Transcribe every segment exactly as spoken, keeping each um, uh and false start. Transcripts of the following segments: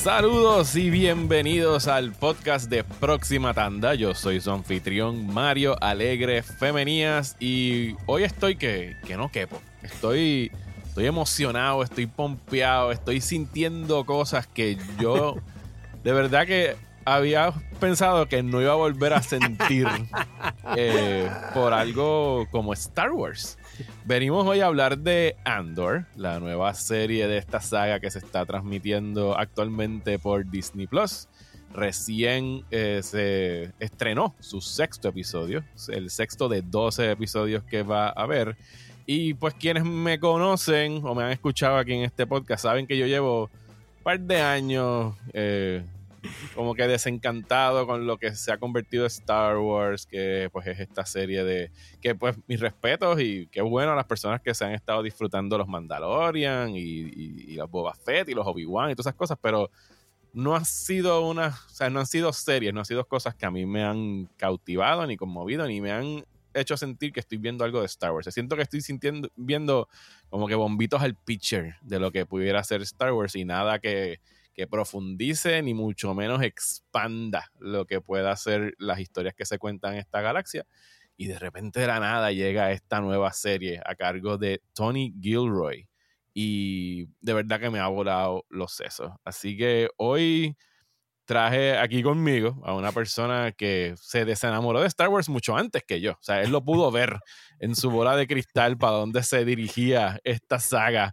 Saludos y bienvenidos al podcast de Próxima Tanda. Yo soy su anfitrión Mario Alegre Femenías y hoy estoy que, que no quepo. Estoy, estoy emocionado, estoy pompeado, estoy sintiendo cosas que yo de verdad que había pensado que no iba a volver a sentir eh, por algo como Star Wars. Venimos hoy a hablar de Andor, la nueva serie de esta saga que se está transmitiendo actualmente por Disney Plus. Recién eh, se estrenó su sexto episodio, el sexto de doce episodios que va a haber. Y pues quienes me conocen o me han escuchado aquí en este podcast saben que yo llevo un par de años eh, como que desencantado con lo que se ha convertido Star Wars, que pues es esta serie de que pues mis respetos y qué bueno a las personas que se han estado disfrutando los Mandalorian y, y, y los Boba Fett y los Obi-Wan y todas esas cosas, pero no ha sido una, o sea, no han sido series, no han sido cosas que a mí me han cautivado ni conmovido ni me han hecho sentir que estoy viendo algo de Star Wars. Siento que estoy sintiendo viendo como que bombitos al pitcher de lo que pudiera ser Star Wars y nada que que profundice ni mucho menos expanda lo que pueda ser las historias que se cuentan en esta galaxia. Y de repente de la nada llega esta nueva serie a cargo de Tony Gilroy y de verdad que me ha volado los sesos. Así que hoy traje aquí conmigo a una persona que se desenamoró de Star Wars mucho antes que yo. O sea, él lo pudo ver en su bola de cristal para dónde se dirigía esta saga.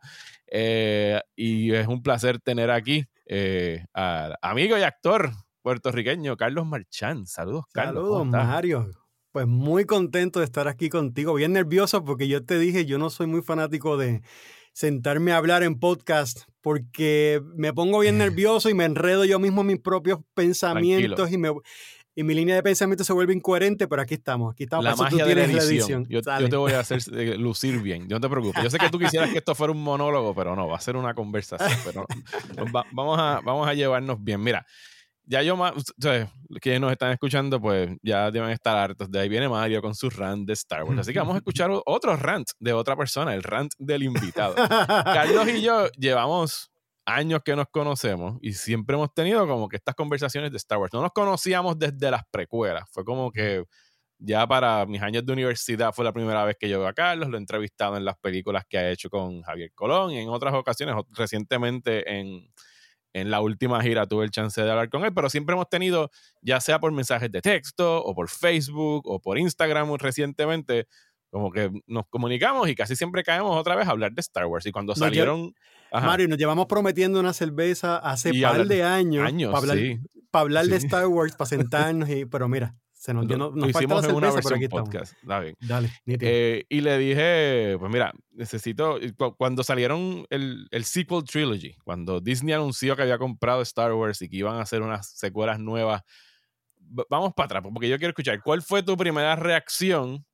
Eh, y es un placer tener aquí Eh, al amigo y actor puertorriqueño Carlos Marchán. Saludos, Carlos. Saludos, Mario. Pues muy contento de estar aquí contigo. Bien nervioso porque yo te dije, yo no soy muy fanático de sentarme a hablar en podcast porque me pongo bien nervioso y me enredo yo mismo en mis propios pensamientos y, me, y mi línea de pensamiento se vuelve incoherente, pero aquí estamos. Aquí estamos. La magia de la edición. La edición. Yo, yo te voy a hacer eh, lucir bien. No te preocupes. Yo sé que tú quisieras que esto fuera un monólogo, pero no, va a ser una conversación. Pero va, vamos, a, vamos a llevarnos bien. Mira, ya yo más, o sea, quienes nos están escuchando, pues ya deben estar hartos. De ahí viene Mario con su rant de Star Wars. Así que vamos a escuchar otro rant de otra persona, el rant del invitado. Carlos y yo llevamos años que nos conocemos y siempre hemos tenido como que estas conversaciones de Star Wars. No nos conocíamos desde las precuelas. Fue como que ya para mis años de universidad fue la primera vez que yo veo a Carlos. Lo he entrevistado en las películas que ha hecho con Javier Colón y en otras ocasiones, recientemente en... En la última gira tuve el chance de hablar con él, pero siempre hemos tenido, ya sea por mensajes de texto, o por Facebook, o por Instagram recientemente, como que nos comunicamos y casi siempre caemos otra vez a hablar de Star Wars. Y cuando no, salieron... Yo, Mario, nos llevamos prometiendo una cerveza hace un par de años, años para hablar, sí, para hablar sí. de Star Wars, para sentarnos, y, pero mira... Se nos, lo, no, nos lo hicimos falta la en una cerveza, versión podcast. Está bien. Dale, eh, y le dije, pues mira, necesito, cuando salieron el, el sequel trilogy, cuando Disney anunció que había comprado Star Wars y que iban a hacer unas secuelas nuevas, vamos para atrás, porque yo quiero escuchar, ¿cuál fue tu primera reacción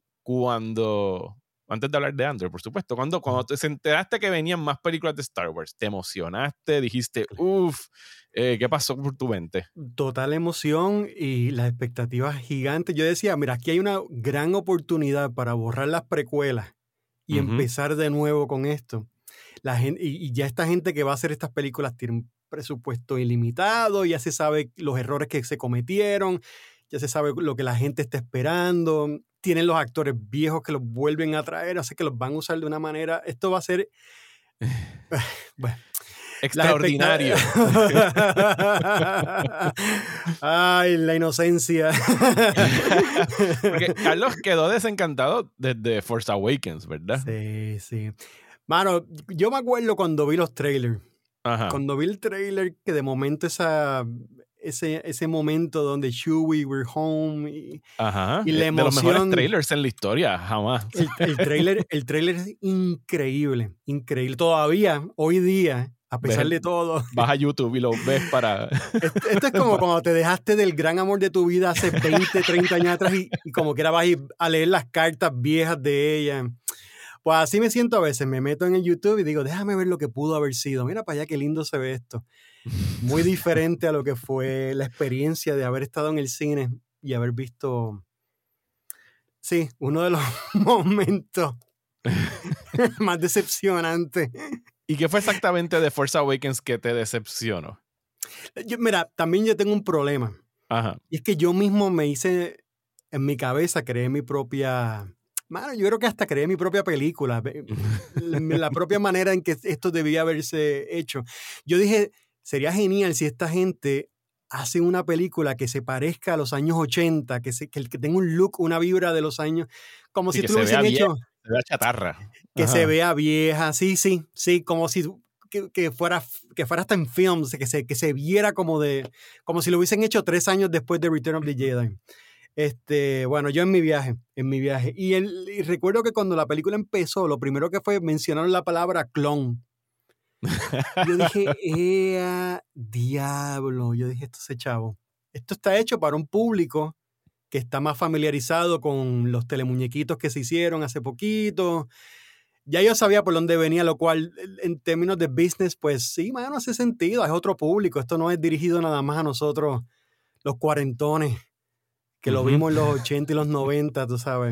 cuando, antes de hablar de Andor, por supuesto, cuando, cuando te enteraste que venían más películas de Star Wars? ¿Te emocionaste? ¿Dijiste, uff, eh, qué pasó por tu mente? Total emoción y las expectativas gigantes. Yo decía, mira, aquí hay una gran oportunidad para borrar las precuelas y uh-huh. empezar de nuevo con esto. La gente, y, y ya esta gente que va a hacer estas películas tiene un presupuesto ilimitado, ya se sabe los errores que se cometieron, ya se sabe lo que la gente está esperando, tienen los actores viejos que los vuelven a traer, así que los van a usar de una manera, esto va a ser... bueno, extraordinario. Ay, la inocencia. Porque Carlos quedó desencantado desde Force Awakens, ¿verdad? Sí, sí. Mano, yo me acuerdo cuando vi los trailers. Ajá. Cuando vi el trailer, que de momento esa, ese, ese momento donde Chewie, we're home, y, Ajá. y la emoción. De los mejores trailers en la historia, jamás. El, el, trailer, el trailer es increíble, increíble. Todavía, hoy día, a pesar ves, de todo. Vas a YouTube y lo ves para... Esto, esto es como cuando te dejaste del gran amor de tu vida hace veinte, treinta años atrás y, y como que era vas a ir a leer las cartas viejas de ella. Pues así me siento a veces. Me meto en el YouTube y digo, déjame ver lo que pudo haber sido. Mira para allá qué lindo se ve esto. Muy diferente a lo que fue la experiencia de haber estado en el cine y haber visto... Sí, uno de los momentos más decepcionantes. ¿Y qué fue exactamente de Force Awakens que te decepcionó? Yo, mira, también yo tengo un problema. Ajá. Y es que yo mismo me hice, en mi cabeza, creé mi propia... Mano, yo creo que hasta creé mi propia película. La propia manera en que esto debía haberse hecho. Yo dije, sería genial si esta gente hace una película que se parezca a los años ochenta, que, se, que, que tenga un look, una vibra de los años... Como sí, si tú lo hubiesen hecho... Se vea chatarra. Que Ajá. se vea vieja, sí, sí, sí, como si... Que, que, fuera, que fuera hasta en films, que se, que se viera como de como si lo hubiesen hecho tres años después de Return of the Jedi. Este, bueno, yo en mi viaje, en mi viaje. Y, el, y recuerdo que cuando la película empezó, lo primero que fue mencionaron la palabra clon. Yo dije, ¡ea diablo! Yo dije, esto se chavo. Esto está hecho para un público que está más familiarizado con los telemuñequitos que se hicieron hace poquito. Ya yo sabía por dónde venía, lo cual en términos de business, pues sí, mano, hace sentido. Es otro público. Esto no es dirigido nada más a nosotros, los cuarentones, que uh-huh. lo vimos en los ochenta y los noventa, tú sabes.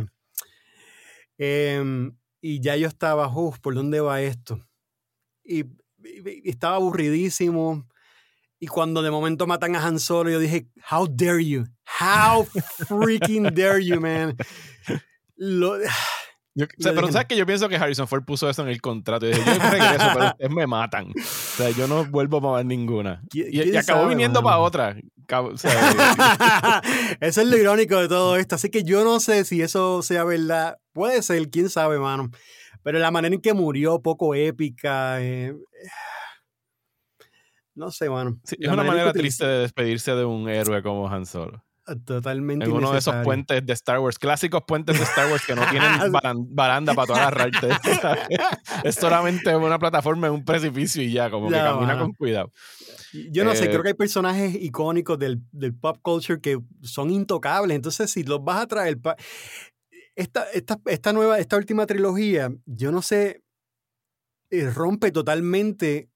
Eh, y ya yo estaba, uff, ¿por dónde va esto? Y, y, y estaba aburridísimo. Y cuando de momento matan a Han Solo, yo dije, how dare you? How freaking dare you, man? Lo... Yo, o sea, pero dije, ¿sabes que yo pienso que Harrison Ford puso eso en el contrato? Y dije, yo regreso, pero ustedes me matan. O sea, yo no vuelvo a ver ninguna. Y, y acabó sabe, viniendo para otra. O sea, eso es lo irónico de todo esto. Así que yo no sé si eso sea verdad. Puede ser, quién sabe, mano. Pero la manera en que murió, poco épica. Eh, no sé, mano. Sí, es una manera triste de despedirse de un héroe como Han Solo. Totalmente en uno de esos puentes de Star Wars, clásicos puentes de Star Wars que no tienen baranda para tú agarrarte. Es solamente una plataforma en un precipicio y ya, como ya, que camina bueno. con cuidado. Yo no eh, sé, creo que hay personajes icónicos del, del pop culture que son intocables. Entonces, si los vas a traer... Pa... Esta, esta, esta nueva, esta última trilogía, yo no sé, eh, rompe totalmente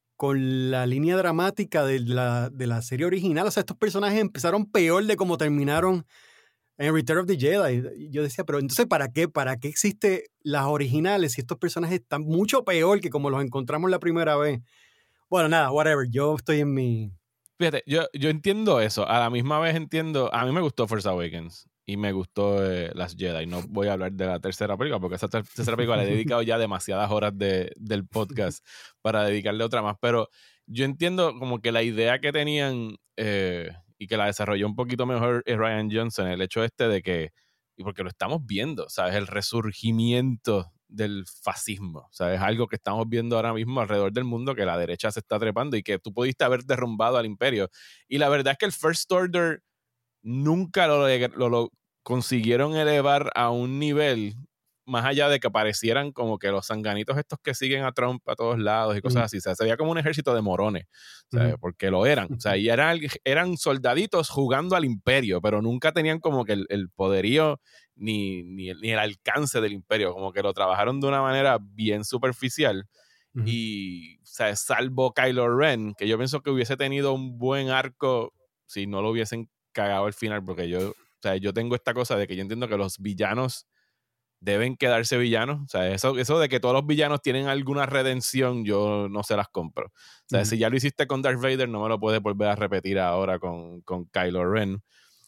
con la línea dramática de la, de la serie original. O sea, estos personajes empezaron peor de como terminaron en Return of the Jedi. Y yo decía, pero entonces, ¿para qué? ¿Para qué existen las originales si estos personajes están mucho peor que como los encontramos la primera vez? Bueno, nada, whatever. Yo estoy en mi... Fíjate, yo, yo entiendo eso. A la misma vez entiendo... A mí me gustó Force Awakens y me gustó eh, Las Jedi. No voy a hablar de la tercera película porque esa tercera película le he dedicado ya demasiadas horas de, del podcast para dedicarle otra más. Pero yo entiendo como que la idea que tenían eh, y que la desarrolló un poquito mejor Rian Johnson, el hecho este de que... Y porque lo estamos viendo, ¿sabes? El resurgimiento del fascismo. O sea, es algo que estamos viendo ahora mismo alrededor del mundo, que la derecha se está trepando y que tú pudiste haber derrumbado al imperio. Y la verdad es que el First Order nunca lo, lo, lo consiguieron elevar a un nivel más allá de que parecieran como que los sanganitos estos que siguen a Trump a todos lados y cosas mm. así. O sea, se veía como un ejército de morones, o sea, mm. porque lo eran. O sea, y eran, eran soldaditos jugando al imperio, pero nunca tenían como que el, el poderío ni, ni, el, ni el alcance del imperio. Como que lo trabajaron de una manera bien superficial. Mm. Y, o sea, salvo Kylo Ren, que yo pienso que hubiese tenido un buen arco si no lo hubiesen cagado al final, porque yo, o sea, yo tengo esta cosa de que yo entiendo que los villanos deben quedarse villanos. O sea, eso, eso de que todos los villanos tienen alguna redención, yo no se las compro. O sea, uh-huh. si ya lo hiciste con Darth Vader, no me lo puedes volver a repetir ahora con, con Kylo Ren.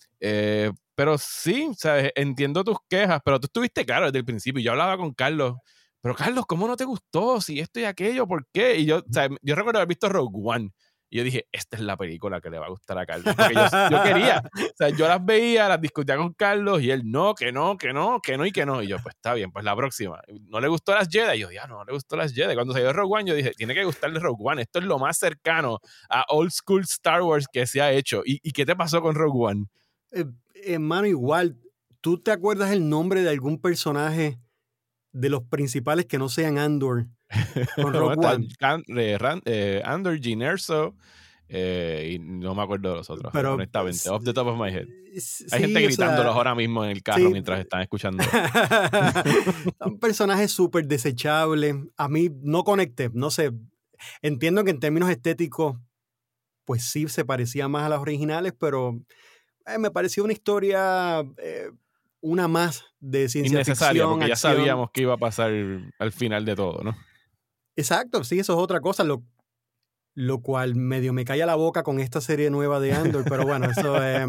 Eh, pero sí, o sea, entiendo tus quejas, pero tú estuviste claro desde el principio. Yo hablaba con Carlos, pero Carlos, ¿cómo no te gustó? Si esto y aquello, ¿por qué? Y yo, o sea, yo recuerdo haber visto Rogue One. Y yo dije, esta es la película que le va a gustar a Carlos. Porque yo, yo quería. O sea, yo las veía, las discutía con Carlos y él, no, que no, que no, que no y que no. Y yo, pues está bien, pues la próxima. ¿No le gustó las Jedi? Y yo, ya, no, no le gustó las Jedi. Cuando salió Rogue One, yo dije, tiene que gustarle Rogue One. Esto es lo más cercano a old school Star Wars que se ha hecho. ¿Y, y qué te pasó con Rogue One? Eh, hermano, igual, ¿tú te acuerdas el nombre de algún personaje de los principales que no sean Andor? Con Rogue One. Can, eh, Rand, eh, Andor, Jyn Erso, eh, y no me acuerdo de los otros, pero, honestamente, off the top of my head. Sí, hay gente gritándolos o sea, ahora mismo en el carro sí. mientras están escuchando. Un personaje súper desechable. A mí no conecté, no sé. Entiendo que en términos estéticos, pues sí se parecía más a las originales, pero eh, me pareció una historia... Eh, una más de ciencia innecesaria, ficción, porque acción. Ya sabíamos que iba a pasar al final de todo, ¿no? Exacto, sí, eso es otra cosa. Lo, lo cual medio me calla la boca con esta serie nueva de Andor, pero bueno, eso es,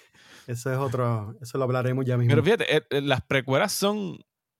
eso es otro, eso lo hablaremos ya mismo. Pero fíjate, eh, las precuelas son,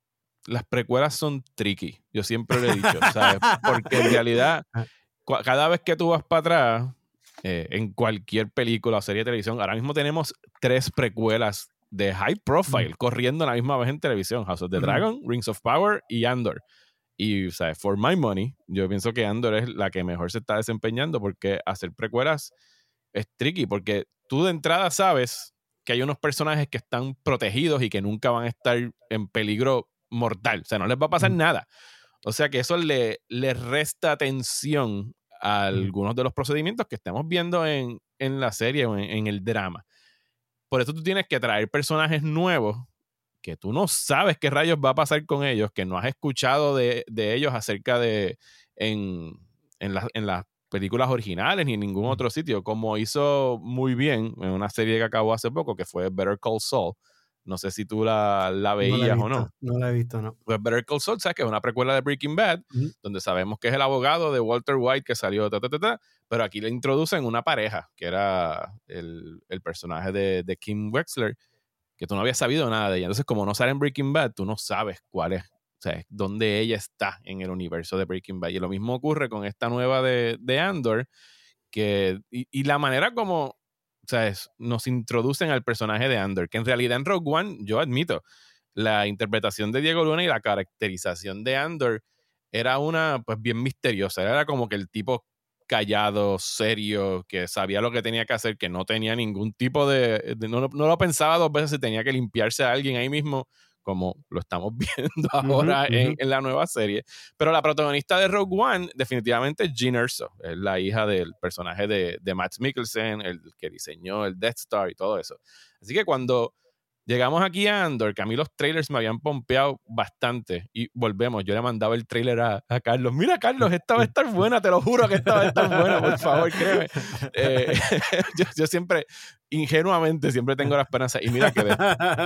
las precuelas son tricky, yo siempre lo he dicho, ¿sabes? Porque en realidad, cada vez que tú vas para atrás, eh, en cualquier película o serie de televisión, ahora mismo tenemos tres precuelas de high profile mm. corriendo a la misma vez en televisión: House of the Dragon, mm. Rings of Power y Andor. Y, o sea, for my money, yo pienso que Andor es la que mejor se está desempeñando, porque hacer precuelas es tricky, porque tú de entrada sabes que hay unos personajes que están protegidos y que nunca van a estar en peligro mortal. O sea, no les va a pasar mm. nada. O sea que eso le, le resta atención a algunos de los procedimientos que estamos viendo en, en la serie o en, en el drama. Por eso tú tienes que traer personajes nuevos que tú no sabes qué rayos va a pasar con ellos, que no has escuchado de, de ellos acerca de en, en, la, en las películas originales ni en ningún otro sitio, como hizo muy bien en una serie que acabó hace poco, que fue Better Call Saul. No sé si tú la, la veías no la o no. No la he visto, no. Pues Better Call Saul, ¿sabes? Que es una precuela de Breaking Bad, uh-huh. donde sabemos que es el abogado de Walter White que salió, ta, ta, ta, ta, pero aquí le introducen una pareja, que era el, el personaje de, de Kim Wexler, que tú no habías sabido nada de ella. Entonces, como no sale en Breaking Bad, tú no sabes cuál es, o sea, dónde ella está en el universo de Breaking Bad. Y lo mismo ocurre con esta nueva de, de Andor, que, y, y la manera como, o sea, es, nos introducen al personaje de Andor, que en realidad en Rogue One, yo admito, la interpretación de Diego Luna y la caracterización de Andor era una, pues, bien misteriosa. Era como que el tipo callado, serio, que sabía lo que tenía que hacer, que no tenía ningún tipo de... de no, no lo pensaba dos veces si tenía que limpiarse a alguien ahí mismo, como lo estamos viendo ahora uh-huh, en, uh-huh. en la nueva serie. Pero la protagonista de Rogue One definitivamente es Jyn Erso, es la hija del personaje de, de Mads Mikkelsen, el que diseñó el Death Star y todo eso. Así que cuando llegamos aquí a Andor, que a mí los trailers me habían pompeado bastante, y volvemos, yo le mandaba el trailer a, a Carlos. Mira, Carlos, esta va a estar buena, te lo juro que esta va a estar buena, por favor, créeme. Eh, yo, yo siempre, ingenuamente, siempre tengo la esperanza, y mira que de,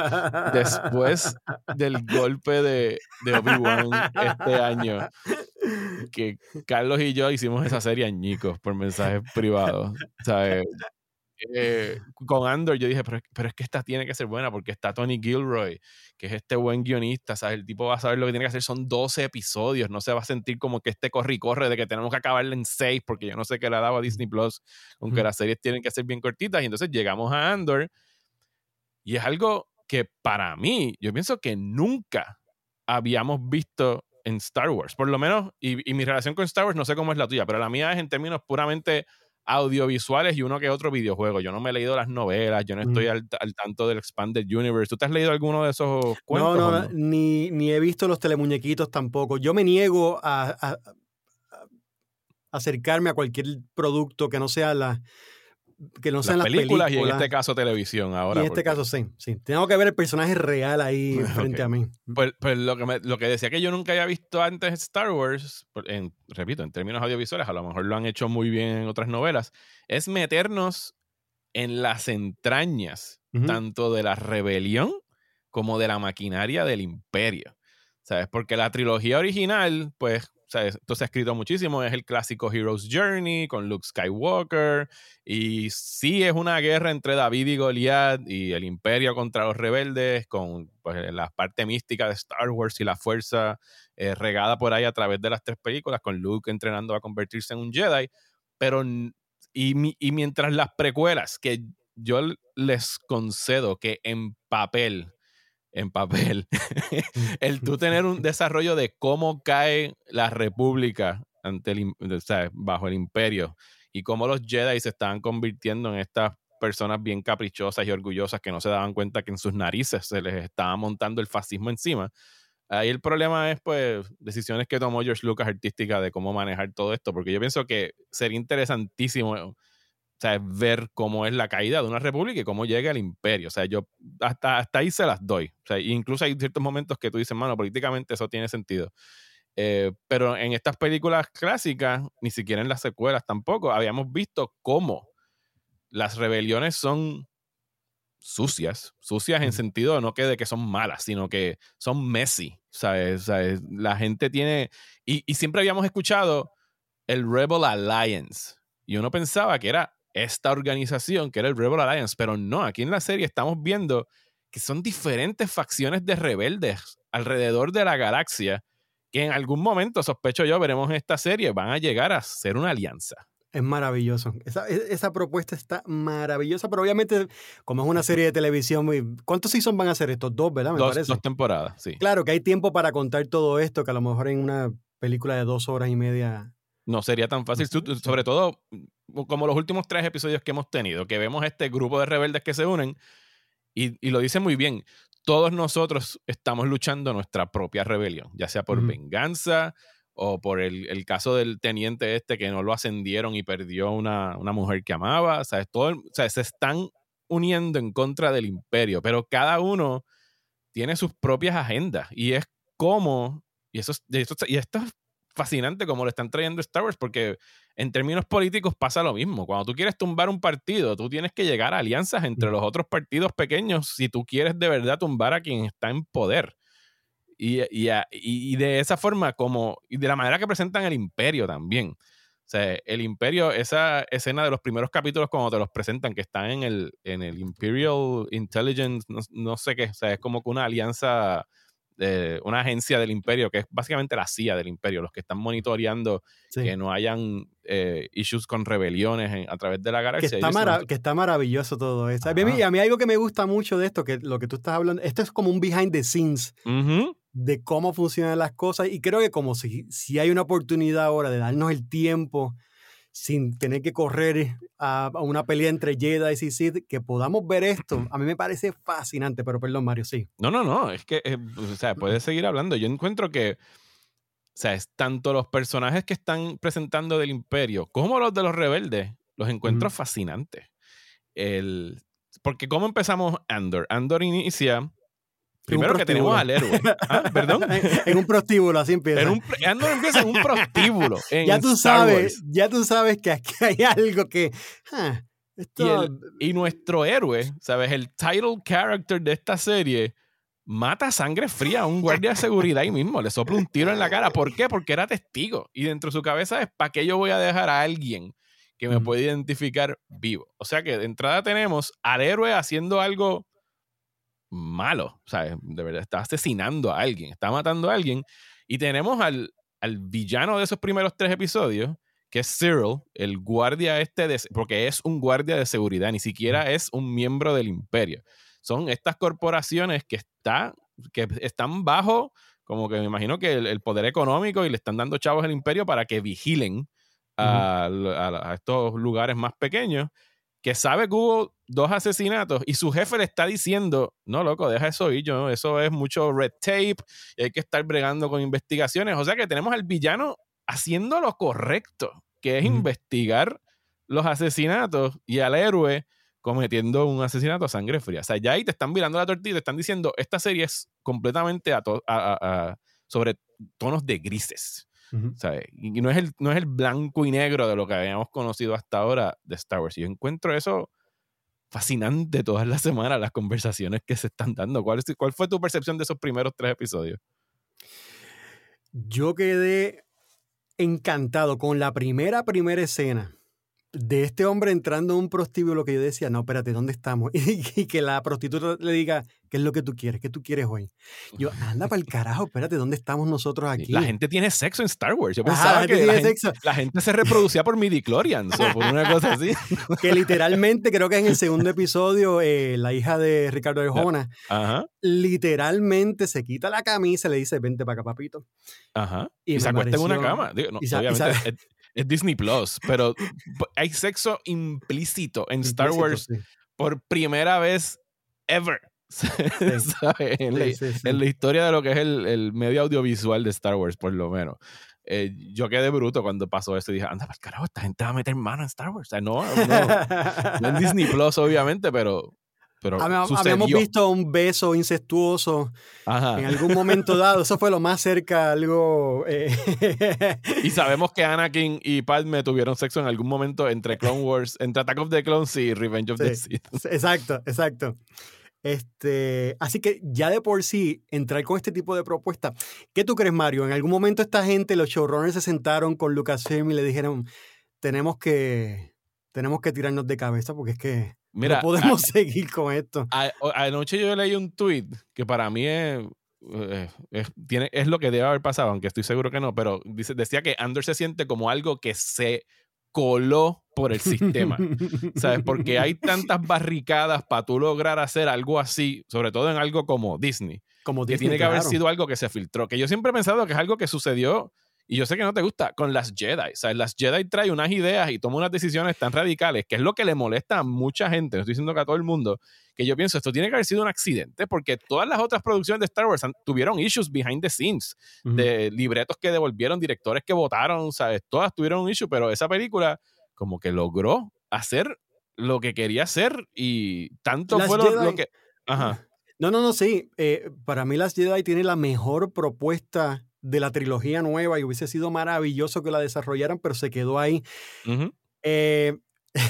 después del golpe de, de Obi-Wan este año, que Carlos y yo hicimos esa serie añicos por mensajes privados, ¿sabes? Eh, con Andor yo dije, pero, pero es que esta tiene que ser buena, porque está Tony Gilroy, que es este buen guionista, ¿sabes? El tipo va a saber lo que tiene que hacer. Son doce episodios, no se va a sentir como que este corre y corre de que tenemos que acabarla en seis, porque yo no sé qué le ha dado a Disney Plus, aunque mm. las series tienen que ser bien cortitas. Y entonces llegamos a Andor y es algo que para mí, yo pienso que nunca habíamos visto en Star Wars, por lo menos, y, y mi relación con Star Wars no sé cómo es la tuya, pero la mía es en términos puramente audiovisuales y uno que otro videojuego. Yo no me he leído las novelas, yo no estoy mm. al, al tanto del Expanded Universe. ¿Tú te has leído alguno de esos cuentos? No, no, no? Ni, ni he visto los telemuñequitos tampoco. Yo me niego a, a, a acercarme a cualquier producto que no sea la que no sean las, las películas, películas y en este caso televisión ahora. Y en este porque... caso sí, sí. Tengo que ver el personaje real ahí frente okay. a mí. Pues, pues lo, que me, lo que decía que yo nunca había visto antes Star Wars, en, repito, en términos audiovisuales, a lo mejor lo han hecho muy bien en otras novelas, es meternos en las entrañas uh-huh. tanto de la rebelión como de la maquinaria del imperio, ¿sabes? Porque la trilogía original, pues, ¿sabes? Esto se ha escrito muchísimo, es el clásico Hero's Journey con Luke Skywalker, y sí es una guerra entre David y Goliat y el imperio contra los rebeldes, con pues, la parte mística de Star Wars y la fuerza eh, regada por ahí a través de las tres películas, con Luke entrenando a convertirse en un Jedi, pero y, y mientras las precuelas, que yo les concedo que en papel en papel, el tú tener un desarrollo de cómo cae la república ante el, o sea, bajo el imperio y cómo los Jedi se estaban convirtiendo en estas personas bien caprichosas y orgullosas que no se daban cuenta que en sus narices se les estaba montando el fascismo encima. Ahí el problema es, pues, decisiones que tomó George Lucas artística de cómo manejar todo esto, porque yo pienso que sería interesantísimo, o sea, ver cómo es la caída de una república y cómo llega el imperio. O sea, yo hasta, hasta ahí se las doy. O sea, incluso hay ciertos momentos que tú dices, mano, políticamente eso tiene sentido. Eh, pero en estas películas clásicas, ni siquiera en las secuelas tampoco, habíamos visto cómo las rebeliones son sucias. Sucias en sentido no que de que son malas, sino que son messy. ¿Sabes? ¿Sabes? La gente tiene... Y, y siempre habíamos escuchado el Rebel Alliance. Y uno pensaba que era esta organización, que era el Rebel Alliance, pero no, aquí en la serie estamos viendo que son diferentes facciones de rebeldes alrededor de la galaxia que en algún momento, sospecho yo, veremos en esta serie, van a llegar a ser una alianza. Es maravilloso. Esa, esa propuesta está maravillosa, pero obviamente, como es una serie de televisión, muy, ¿cuántos seasons van a ser estos? Dos, ¿verdad? Me dos, parece. Dos temporadas, sí. Claro que hay tiempo para contar todo esto, que a lo mejor en una película de dos horas y media... No sería tan fácil, sobre todo como los últimos tres episodios que hemos tenido, que vemos este grupo de rebeldes que se unen y, y lo dice muy bien. Todos nosotros estamos luchando nuestra propia rebelión, ya sea por uh-huh. venganza o por el, el caso del teniente este que no lo ascendieron y perdió una, una mujer que amaba. O sea, todo, o sea, se están uniendo en contra del imperio, pero cada uno tiene sus propias agendas y es como, y, eso, y, esto, y esto es fascinante como lo están trayendo Star Wars, porque en términos políticos pasa lo mismo. Cuando tú quieres tumbar un partido, tú tienes que llegar a alianzas entre los otros partidos pequeños si tú quieres de verdad tumbar a quien está en poder. Y, y, y de esa forma, como, y de la manera que presentan el imperio también. O sea, el imperio, esa escena de los primeros capítulos cuando te los presentan, que están en el, en el Imperial Intelligence, no, no sé qué, o sea, es como que una alianza... Eh, una agencia del imperio que es básicamente la C I A del imperio, los que están monitoreando sí. que no hayan eh, issues con rebeliones en, a través de la galaxia. Que está, mara- que está maravilloso todo eso. A mí, a mí algo que me gusta mucho de esto, que lo que tú estás hablando, esto es como un behind the scenes uh-huh. de cómo funcionan las cosas y creo que como si, si hay una oportunidad ahora de darnos el tiempo sin tener que correr a, a una pelea entre Jedi y Sith, que podamos ver esto, a mí me parece fascinante, pero perdón, Mario, sí. No, no, no, es que, eh, o sea, puedes seguir hablando. Yo encuentro que, o sea, es tanto los personajes que están presentando del Imperio como los de los rebeldes, los encuentro uh-huh. fascinantes. El, porque ¿cómo empezamos Andor? Andor inicia... Primero que tenemos al héroe. ¿Ah? ¿Perdón? En un prostíbulo, así empieza. En un, Andor empieza en un prostíbulo. En ya tú Star sabes, Wars. ya tú sabes que aquí hay algo que... Huh, esto... y, el, y nuestro héroe, ¿sabes? El title character de esta serie mata a sangre fría a un guardia de seguridad ahí mismo. Le sopla un tiro en la cara. ¿Por qué? Porque era testigo. Y dentro de su cabeza es, ¿para qué yo voy a dejar a alguien que me uh-huh. puede identificar vivo? O sea que de entrada tenemos al héroe haciendo algo... malo, ¿sabes? De verdad, está asesinando a alguien, está matando a alguien. Y tenemos al, al villano de esos primeros tres episodios, que es Cyril, el guardia este, de, porque es un guardia de seguridad, ni siquiera es un miembro del imperio. Son estas corporaciones que, está, que están bajo, como que me imagino que el, el poder económico y le están dando chavos al imperio para que vigilen a, uh-huh. a, a estos lugares más pequeños, que sabe que hubo dos asesinatos y su jefe le está diciendo, no, loco, deja eso ir, yo, eso es mucho red tape y hay que estar bregando con investigaciones. O sea que tenemos al villano haciendo lo correcto, que es mm. investigar los asesinatos, y al héroe cometiendo un asesinato a sangre fría. O sea, ya ahí te están virando la tortilla y te están diciendo, esta serie es completamente a to- a, a, a, sobre tonos de grises. Uh-huh. ¿Sabes? Y no es, el, no es el blanco y negro de lo que habíamos conocido hasta ahora de Star Wars. Y yo encuentro eso fascinante todas las semanas, las conversaciones que se están dando. ¿Cuál, cuál fue tu percepción de esos primeros tres episodios? Yo quedé encantado con la primera, primera escena de este hombre entrando a un prostíbulo, que yo decía, no, espérate, ¿dónde estamos? Y, y que la prostituta le diga, ¿qué es lo que tú quieres? ¿Qué tú quieres hoy? Yo, anda para el carajo, espérate, ¿dónde estamos nosotros aquí? La gente tiene sexo en Star Wars. Yo pensaba Ajá, la que la gente, la gente se reproducía por midichlorians o por una cosa así. Que literalmente, creo que en el segundo episodio, eh, la hija de Ricardo Arjona, Ajá. literalmente se quita la camisa y le dice, vente para acá, papito. Ajá. Y, y se acuesta pareció... en una cama. Digo, no, y sa- obviamente... Y sa- es, Es Disney Plus, pero hay sexo implícito en Star implícito, Wars sí. por primera vez ever. Sí. en, sí, la, sí, sí. en la historia de lo que es el, el medio audiovisual de Star Wars, por lo menos. Eh, yo quedé bruto cuando pasó esto y dije, anda, pues carajo, esta gente va a meter mano en Star Wars. O sea, no, no, no en Disney Plus, obviamente, pero... Pero habíamos visto un beso incestuoso Ajá. en algún momento dado. Eso fue lo más cerca a algo... Eh. Y sabemos que Anakin y Padme tuvieron sexo en algún momento entre Clone Wars, entre Attack of the Clones y Revenge of sí. the Sith. Exacto, exacto. Este, así que ya de por sí, entrar con este tipo de propuestas. ¿Qué tú crees, Mario? En algún momento esta gente, los showrunners, se sentaron con Lucasfilm y le dijeron, tenemos que, tenemos que tirarnos de cabeza porque es que Mira, no podemos a, seguir con esto. A, anoche yo leí un tweet que para mí es, es, es, tiene, es lo que debe haber pasado, aunque estoy seguro que no, pero dice, decía que Andor se siente como algo que se coló por el sistema, ¿sabes? Porque hay tantas barricadas para tú lograr hacer algo así, sobre todo en algo como Disney, como que Disney, tiene que claro. haber sido algo que se filtró, que yo siempre he pensado que es algo que sucedió, y yo sé que no te gusta, con las Jedi. O sea, las Jedi trae unas ideas y toma unas decisiones tan radicales, que es lo que le molesta a mucha gente, no estoy diciendo que a todo el mundo, que yo pienso, esto tiene que haber sido un accidente, porque todas las otras producciones de Star Wars han, tuvieron issues behind the scenes, uh-huh. de libretos que devolvieron, directores que votaron, ¿sabes? Todas tuvieron un issue, pero esa película como que logró hacer lo que quería hacer y tanto las fue Jedi, lo, lo que... Ajá. No, no, no, sí. Eh, para mí las Jedi tiene la mejor propuesta de la trilogía nueva y hubiese sido maravilloso que la desarrollaran, pero se quedó ahí. Uh-huh. Eh,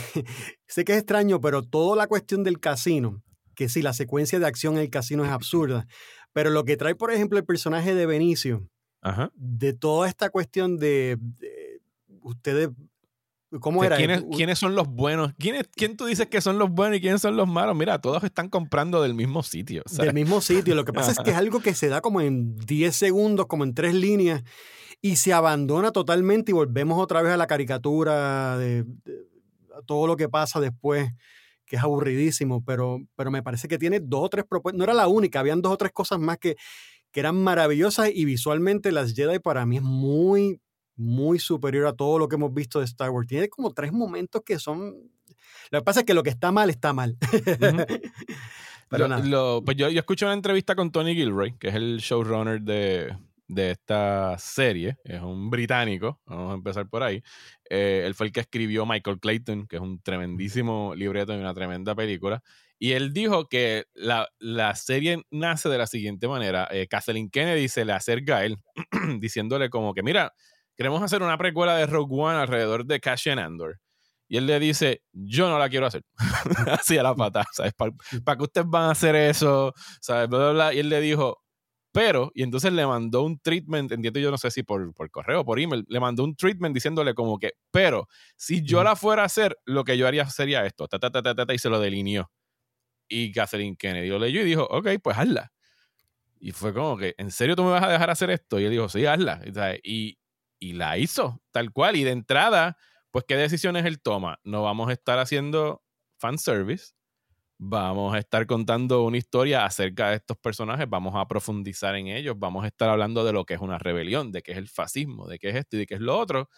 sé que es extraño, pero toda la cuestión del casino, que sí, la secuencia de acción en el casino es absurda, pero lo que trae, por ejemplo, el personaje de Benicio, uh-huh. de toda esta cuestión de, de ustedes... ¿Cómo era? ¿Quiénes, ¿Quiénes son los buenos? ¿Quién, ¿Quién tú dices que son los buenos y quiénes son los malos? Mira, todos están comprando del mismo sitio. ¿Sabes? Del mismo sitio. Lo que pasa es que es algo que se da como en diez segundos, como en tres líneas, y se abandona totalmente y volvemos otra vez a la caricatura de, de todo lo que pasa después, que es aburridísimo, pero, pero me parece que tiene dos o tres propuestas. No era la única, habían dos o tres cosas más que, que eran maravillosas y visualmente las Jedi para mí es muy... muy superior a todo lo que hemos visto de Star Wars. Tiene como tres momentos que son... Lo que pasa es que lo que está mal, está mal. Uh-huh. Pero lo, nada. Lo, pues yo, yo escuché una entrevista con Tony Gilroy, que es el showrunner de, de esta serie. Es un británico. Vamos a empezar por ahí. Eh, él fue el que escribió Michael Clayton, que es un tremendísimo libreto y una tremenda película. Y él dijo que la, la serie nace de la siguiente manera. Eh, Kathleen Kennedy se le acerca a él diciéndole como que, mira, queremos hacer una precuela de Rogue One alrededor de Cassian Andor. Y él le dice, yo no la quiero hacer. Así a la pata, ¿sabes? ¿Para pa qué ustedes van a hacer eso? ¿Sabes? Bla, bla, bla. Y él le dijo, pero, y entonces le mandó un treatment, entiendo yo no sé si por, por correo o por email, le mandó un treatment diciéndole como que, pero, si yo la fuera a hacer, lo que yo haría sería esto, ta, ta, ta, ta, ta, ta, y se lo delineó. Y Kathleen Kennedy lo leyó y dijo, ok, pues hazla. Y fue como que, ¿en serio tú me vas a dejar hacer esto? Y él dijo, sí, hazla. Y, y la hizo, tal cual. Y de entrada, pues, ¿qué decisiones él toma? No vamos a estar haciendo fanservice. Vamos a estar contando una historia acerca de estos personajes. Vamos a profundizar en ellos. Vamos a estar hablando de lo que es una rebelión, de qué es el fascismo, de qué es esto y de qué es lo otro.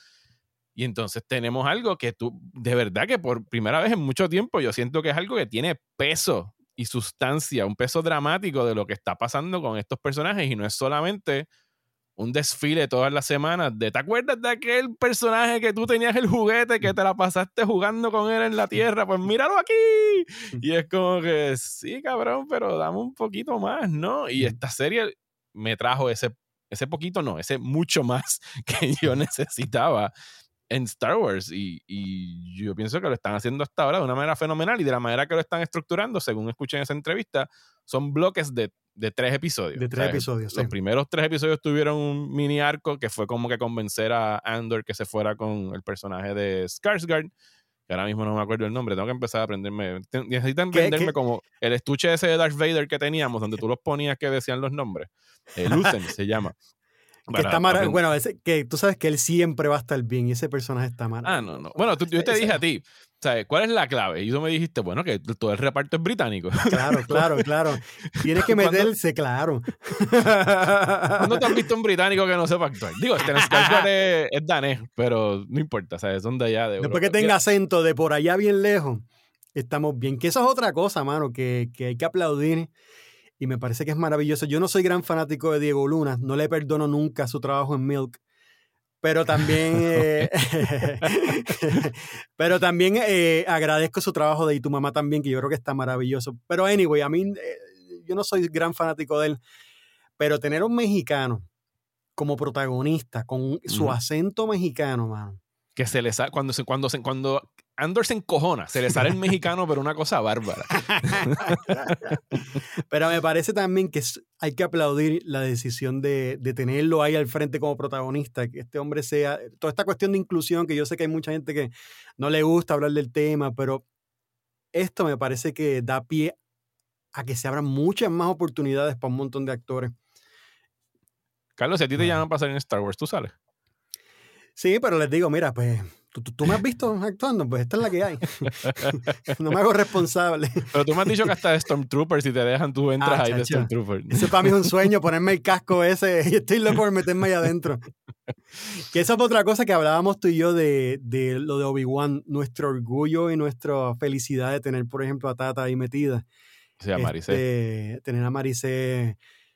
Y entonces tenemos algo que tú, de verdad que por primera vez en mucho tiempo, yo siento que es algo que tiene peso y sustancia, un peso dramático de lo que está pasando con estos personajes y no es solamente un desfile todas las semanas de, ¿te acuerdas de aquel personaje que tú tenías el juguete que te la pasaste jugando con él en la tierra? Pues míralo aquí. Y es como que, sí, cabrón, pero dame un poquito más, ¿no? Y esta serie me trajo ese, ese poquito, no, ese mucho más que yo necesitaba en Star Wars y, y yo pienso que lo están haciendo hasta ahora de una manera fenomenal y de la manera que lo están estructurando, según escuché en esa entrevista, son bloques de, de tres episodios. De tres o sea, episodios, Los sí. primeros tres episodios tuvieron un mini arco que fue como que convencer a Andor que se fuera con el personaje de Skarsgård, que ahora mismo no me acuerdo el nombre, tengo que empezar a aprenderme, necesitan venderme como el estuche ese de Darth Vader que teníamos, donde tú los ponías que decían los nombres. Eh, Luthen se llama. Que está mar- bueno, ese, que tú sabes que él siempre va a estar bien y ese personaje está mal. Ah, no, no. Bueno, tú, yo te dije a ti, ¿sabes? ¿Cuál es la clave? Y tú me dijiste, bueno, que todo el reparto es británico. Claro, claro, claro. Tienes que meterse, claro. ¿Cuándo te has visto un británico que no sepa actuar? Digo, Stellan Skarsgård es, es danés, pero no importa, ¿sabes? Son de allá de Europa. Después que tenga acento de por allá bien lejos, estamos bien. Que eso es otra cosa, mano, que, que hay que aplaudir. Y me parece que es maravilloso. Yo no soy gran fanático de Diego Luna, no le perdono nunca su trabajo en Milk, pero también, eh, pero también eh, agradezco su trabajo de Y tu mamá también, que yo creo que está maravilloso. Pero anyway, a mí, eh, yo no soy gran fanático de él, pero tener un mexicano como protagonista, con su uh-huh. acento mexicano, mano. Que se le sale, cuando, se, cuando, se, cuando Andor se encojona, se le sale el mexicano, pero una cosa bárbara. Pero me parece también que es, hay que aplaudir la decisión de, de tenerlo ahí al frente como protagonista, que este hombre sea, toda esta cuestión de inclusión, que yo sé que hay mucha gente que no le gusta hablar del tema, pero esto me parece que da pie a que se abran muchas más oportunidades para un montón de actores. Carlos, si a ti te llaman para salir en Star Wars, ¿tú sales? Sí, pero les digo, mira, pues, ¿tú, tú, tú me has visto actuando? Pues esta es la que hay. No me hago responsable. Pero tú me has dicho que hasta de Stormtrooper, si te dejan, tú entras ah, ahí chacho. de Stormtrooper. Eso para mí es un sueño, ponerme el casco ese, y estoy loco por meterme ahí adentro. Que esa es otra cosa que hablábamos tú y yo de, de lo de Obi-Wan, nuestro orgullo y nuestra felicidad de tener, por ejemplo, a Tata ahí metida. Sí, a Maricé. Este, tener a Maricé.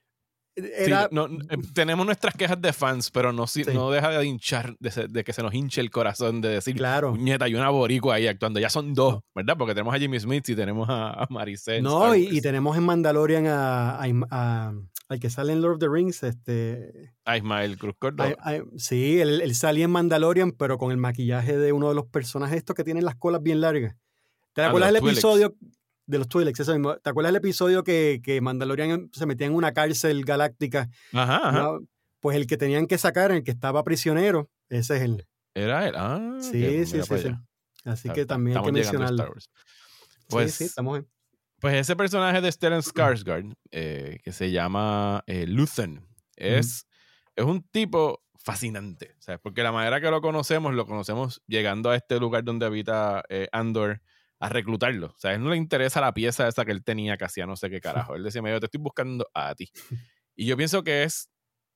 Era... Sí, no, no, tenemos nuestras quejas de fans, pero no, sí. no deja de hinchar, de, de que se nos hinche el corazón de decir, claro. puñeta, hay una boricua ahí actuando. Ya son dos, no. ¿verdad? Porque tenemos a Jimmy Smith y tenemos a, a Maricé. No, y, y tenemos en Mandalorian a, a, a, al que sale en Lord of the Rings, este... A Ismael Cruz Córdoba. A, a, sí, él, él salía en Mandalorian, pero con el maquillaje de uno de los personajes estos que tienen las colas bien largas. ¿Te ah, acuerdas del Twi'leks. episodio... De los Twi'leks, eso mismo. ¿Te acuerdas del episodio que, que Mandalorian se metía en una cárcel galáctica? Ajá, ajá. ¿No? Pues el que tenían que sacar, el que estaba prisionero, ese es él. ¿Era él? Ah, sí, okay, sí, sí, sí. Así que también estamos hay que mencionarlo. A Star Wars. Pues, sí, sí, estamos en... Pues ese personaje de Stellan Skarsgård, eh, que se llama eh, Luthen, es, uh-huh. es un tipo fascinante, ¿sabes? Porque la manera que lo conocemos, lo conocemos llegando a este lugar donde habita eh, Andor, a reclutarlo. O sea, a él no le interesa la pieza esa que él tenía que hacía no sé qué carajo. Él decía, yo te estoy buscando a ti. Y yo pienso que es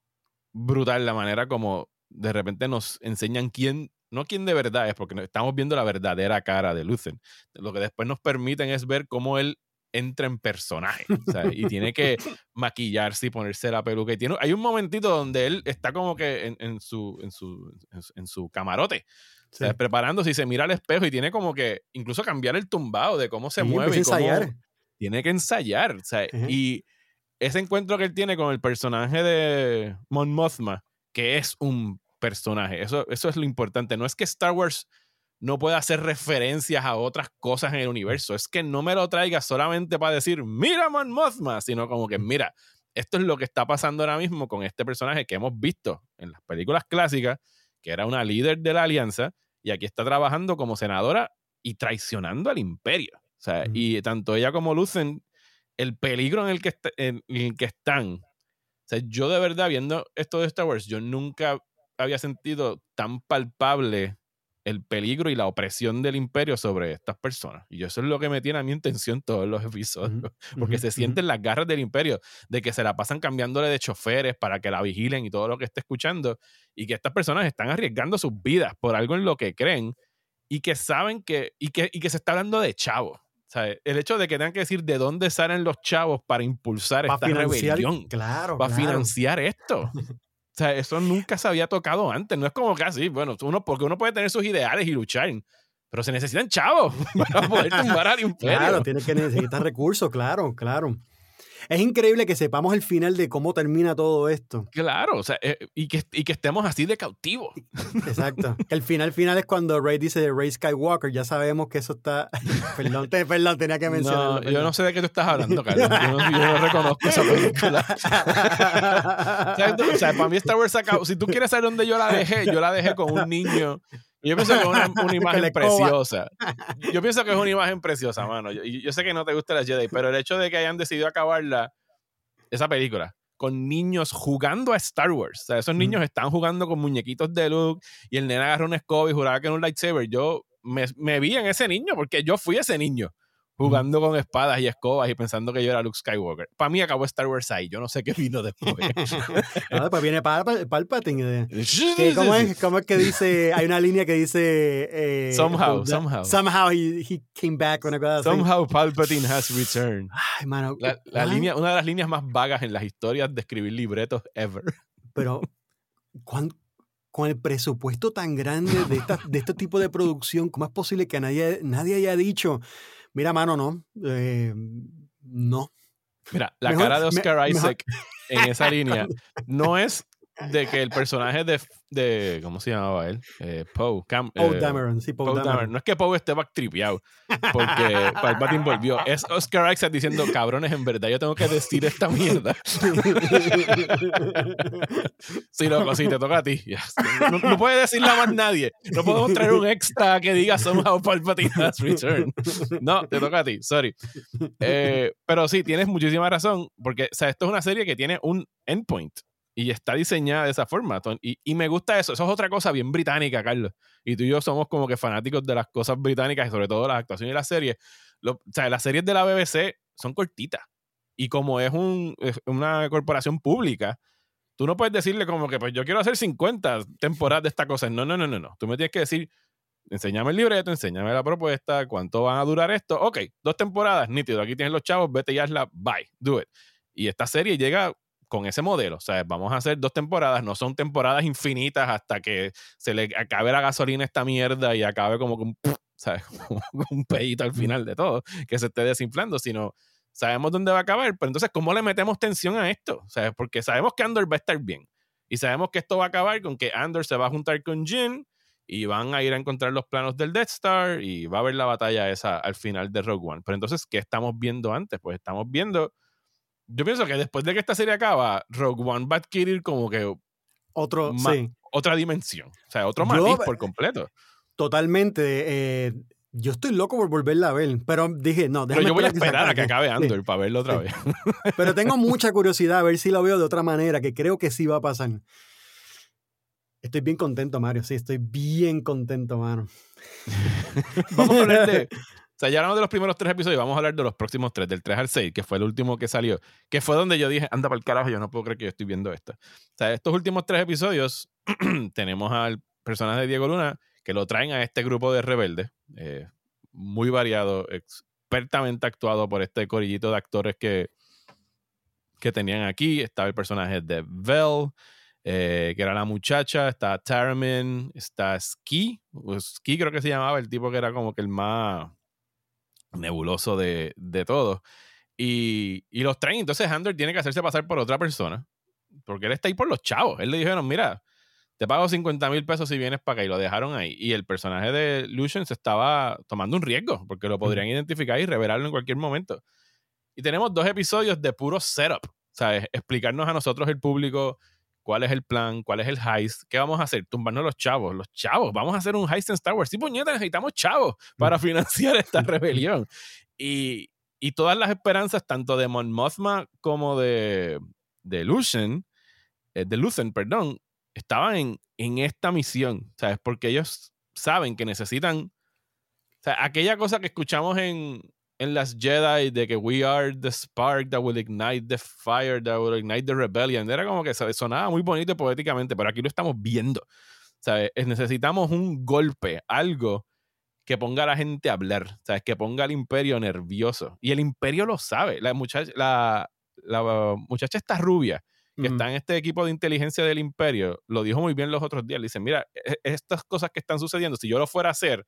brutal la manera como de repente nos enseñan quién, no quién de verdad es, porque estamos viendo la verdadera cara de Luthen. Lo que después nos permiten es ver cómo él entra en personaje, o sea, y tiene que maquillarse y ponerse la peluca. Y tiene, hay un momentito donde él está como que en, en, su, en, su, en, su, en su camarote, sí. o sea, preparándose y se mira al espejo y tiene como que incluso cambiar el tumbado de cómo se sí, mueve. Y cómo ensayar. Tiene que ensayar. O sea, uh-huh. Y ese encuentro que él tiene con el personaje de Mon Mothma, que es un personaje, eso, eso es lo importante. No es que Star Wars no puede hacer referencias a otras cosas en el universo. Es que no me lo traiga solamente para decir, mira Mon Mothma, sino como que, mira, esto es lo que está pasando ahora mismo con este personaje que hemos visto en las películas clásicas, que era una líder de la alianza, y aquí está trabajando como senadora y traicionando al imperio. O sea, uh-huh. y tanto ella como Luthen, el peligro en el que, est- en el que están. O sea, yo de verdad, viendo esto de Star Wars, yo nunca había sentido tan palpable el peligro y la opresión del imperio sobre estas personas. Y eso es lo que me tiene a mí en tensión todos los episodios. Uh-huh. Porque uh-huh. se sienten uh-huh. las garras del imperio, de que se la pasan cambiándole de choferes para que la vigilen y todo lo que esté escuchando, y que estas personas están arriesgando sus vidas por algo en lo que creen, y que saben que, y que, y que se está hablando de chavos. O sea, el hecho de que tengan que decir de dónde salen los chavos para impulsar para esta financiar, rebelión, claro, para claro. financiar esto. O sea, eso nunca se había tocado antes. No es como que así, bueno, uno, porque uno puede tener sus ideales y luchar, pero se necesitan chavos para poder tumbar al imperio. Claro, tiene que necesitar recursos, claro, claro. Es increíble que sepamos el final de cómo termina todo esto. Claro, o sea, eh, y, que, y que estemos así de cautivos. Exacto. El final final es cuando Rey dice Rey Skywalker. Ya sabemos que eso está... perdón, te, perdón, tenía que mencionarlo. No, perdón. Yo no sé de qué tú estás hablando, Carlos. Yo no, yo no reconozco esa película. o, sea, o sea, para mí Star Wars acabó. Si tú quieres saber dónde yo la dejé, yo la dejé con un niño. Yo pienso que es una, una imagen preciosa. Yo pienso que es una imagen preciosa, mano. Yo, yo sé que no te gusta la Jedi, pero el hecho de que hayan decidido acabarla, esa película, con niños jugando a Star Wars. O sea, esos niños mm. están jugando con muñequitos de Luke y el nene agarró una escoba y juraba que era un lightsaber. Yo me, me vi en ese niño porque yo fui ese niño jugando mm. con espadas y escobas y pensando que yo era Luke Skywalker. Para mí acabó Star Wars ahí. Yo no sé qué vino después. No, después viene Pal- Palpatine. ¿Qué, ¿Cómo es? ¿Cómo es que dice? Hay una línea que dice... Eh, somehow, the, somehow. Somehow he, he came back. Una cosa somehow así. Palpatine has returned. Ay, mano. La, la línea, una de las líneas más vagas en las historias de escribir libretos ever. Pero, ¿cuándo? Con el presupuesto tan grande de, esta, de este tipo de producción, ¿cómo es posible que nadie, nadie haya dicho, mira, mano, no, eh, no? Mira, la mejor, cara de Oscar me, Isaac mejor. En esa línea no es de que el personaje de, de ¿cómo se llamaba él? Eh, Poe. Cam, Poe eh, Dameron, sí, Poe, Poe Dameron. Dameron. No es que Poe esté backtripeado porque Palpatine volvió. Es Oscar Isaac diciendo, cabrones, en verdad yo tengo que decir esta mierda. Sí, loco, sí, te toca a ti. Yes. No, no puede decirla más nadie. No podemos traer un extra que diga somehow Palpatine has returned. No, te toca a ti, sorry. Eh, pero sí, tienes muchísima razón, porque o sea, esto es una serie que tiene un endpoint y está diseñada de esa forma. Y, y me gusta eso. Eso es otra cosa bien británica, Carlos. Y tú y yo somos como que fanáticos de las cosas británicas y sobre todo las actuaciones y las series. Lo, o sea, las series de la B B C son cortitas. Y como es, un, es una corporación pública, tú no puedes decirle como que pues yo quiero hacer cincuenta temporadas de esta cosa. No, no, no, no, no. Tú me tienes que decir, enséñame el libreto, enséñame la propuesta, cuánto van a durar esto. Ok, dos temporadas, nítido. Aquí tienes los chavos, vete y hazla, bye, do it. Y esta serie llega con ese modelo. O sea, vamos a hacer dos temporadas, no son temporadas infinitas hasta que se le acabe la gasolina a esta mierda y acabe como con un, ¿sabes? Como un pedito al final de todo, que se esté desinflando, sino sabemos dónde va a acabar, pero entonces, ¿cómo le metemos tensión a esto? O sea, porque sabemos que Andor va a estar bien y sabemos que esto va a acabar con que Andor se va a juntar con Jyn y van a ir a encontrar los planos del Death Star y va a haber la batalla esa al final de Rogue One. Pero entonces, ¿qué estamos viendo antes? Pues estamos viendo... Yo pienso que después de que esta serie acaba, Rogue One va a adquirir como que Otro, ma- sí. otra dimensión. O sea, otro Yo- matiz por completo. Totalmente. eh, yo estoy loco por volverla a ver, pero dije, no, Pero déjame yo voy a esperar esperar a que saque. acabe Andor Sí, para verlo otra sí. vez. Pero tengo mucha curiosidad a ver si lo veo de otra manera, que creo que sí va a pasar. Estoy bien contento, Mario. Sí, estoy bien contento, mano. Vamos a hablar de... O sea, ya hablamos de los primeros tres episodios, vamos a hablar de los próximos tres, del tres al seis, que fue el último que salió, que fue donde yo dije, anda para el carajo, yo no puedo creer que yo estoy viendo esto. O sea, estos últimos tres episodios tenemos al personaje de Diego Luna, que lo traen a este grupo de rebeldes, eh, muy variado, expertamente actuado por este corillito de actores que, que tenían aquí. Estaba el personaje de Vel, eh, que era la muchacha, está Taramyn, está Ski, o Ski creo que se llamaba, el tipo que era como que el más nebuloso de, de todo. Y, y los traen, entonces Andor tiene que hacerse pasar por otra persona, porque él está ahí por los chavos. Él le dijeron, mira, te pago cincuenta mil pesos si vienes para acá, y lo dejaron ahí. Y el personaje de Lucien se estaba tomando un riesgo, porque lo podrían identificar y revelarlo en cualquier momento. Y tenemos dos episodios de puro setup, ¿sabes? Explicarnos a nosotros, el público, cuál es el plan, cuál es el heist, qué vamos a hacer, tumbarnos los chavos, los chavos, vamos a hacer un heist en Star Wars. Sí, puñeta, necesitamos chavos para financiar esta rebelión. Y, y todas las esperanzas, tanto de Mon Mothma como de, de Lucien, eh, de Luthen, perdón, estaban en, en esta misión, ¿sabes? Porque ellos saben que necesitan, o sea, aquella cosa que escuchamos en, en las Jedi de que we are the spark that will ignite the fire, that will ignite the rebellion, era como que sonaba muy bonito y poéticamente, pero aquí lo estamos viendo, ¿sabes? Necesitamos un golpe, algo que ponga a la gente a hablar, ¿sabes? Que ponga al imperio nervioso, y el imperio lo sabe. La muchacha, la, la muchacha esta rubia que mm. está en este equipo de inteligencia del imperio, lo dijo muy bien los otros días. Le dicen, mira, estas cosas que están sucediendo, si yo lo fuera a hacer,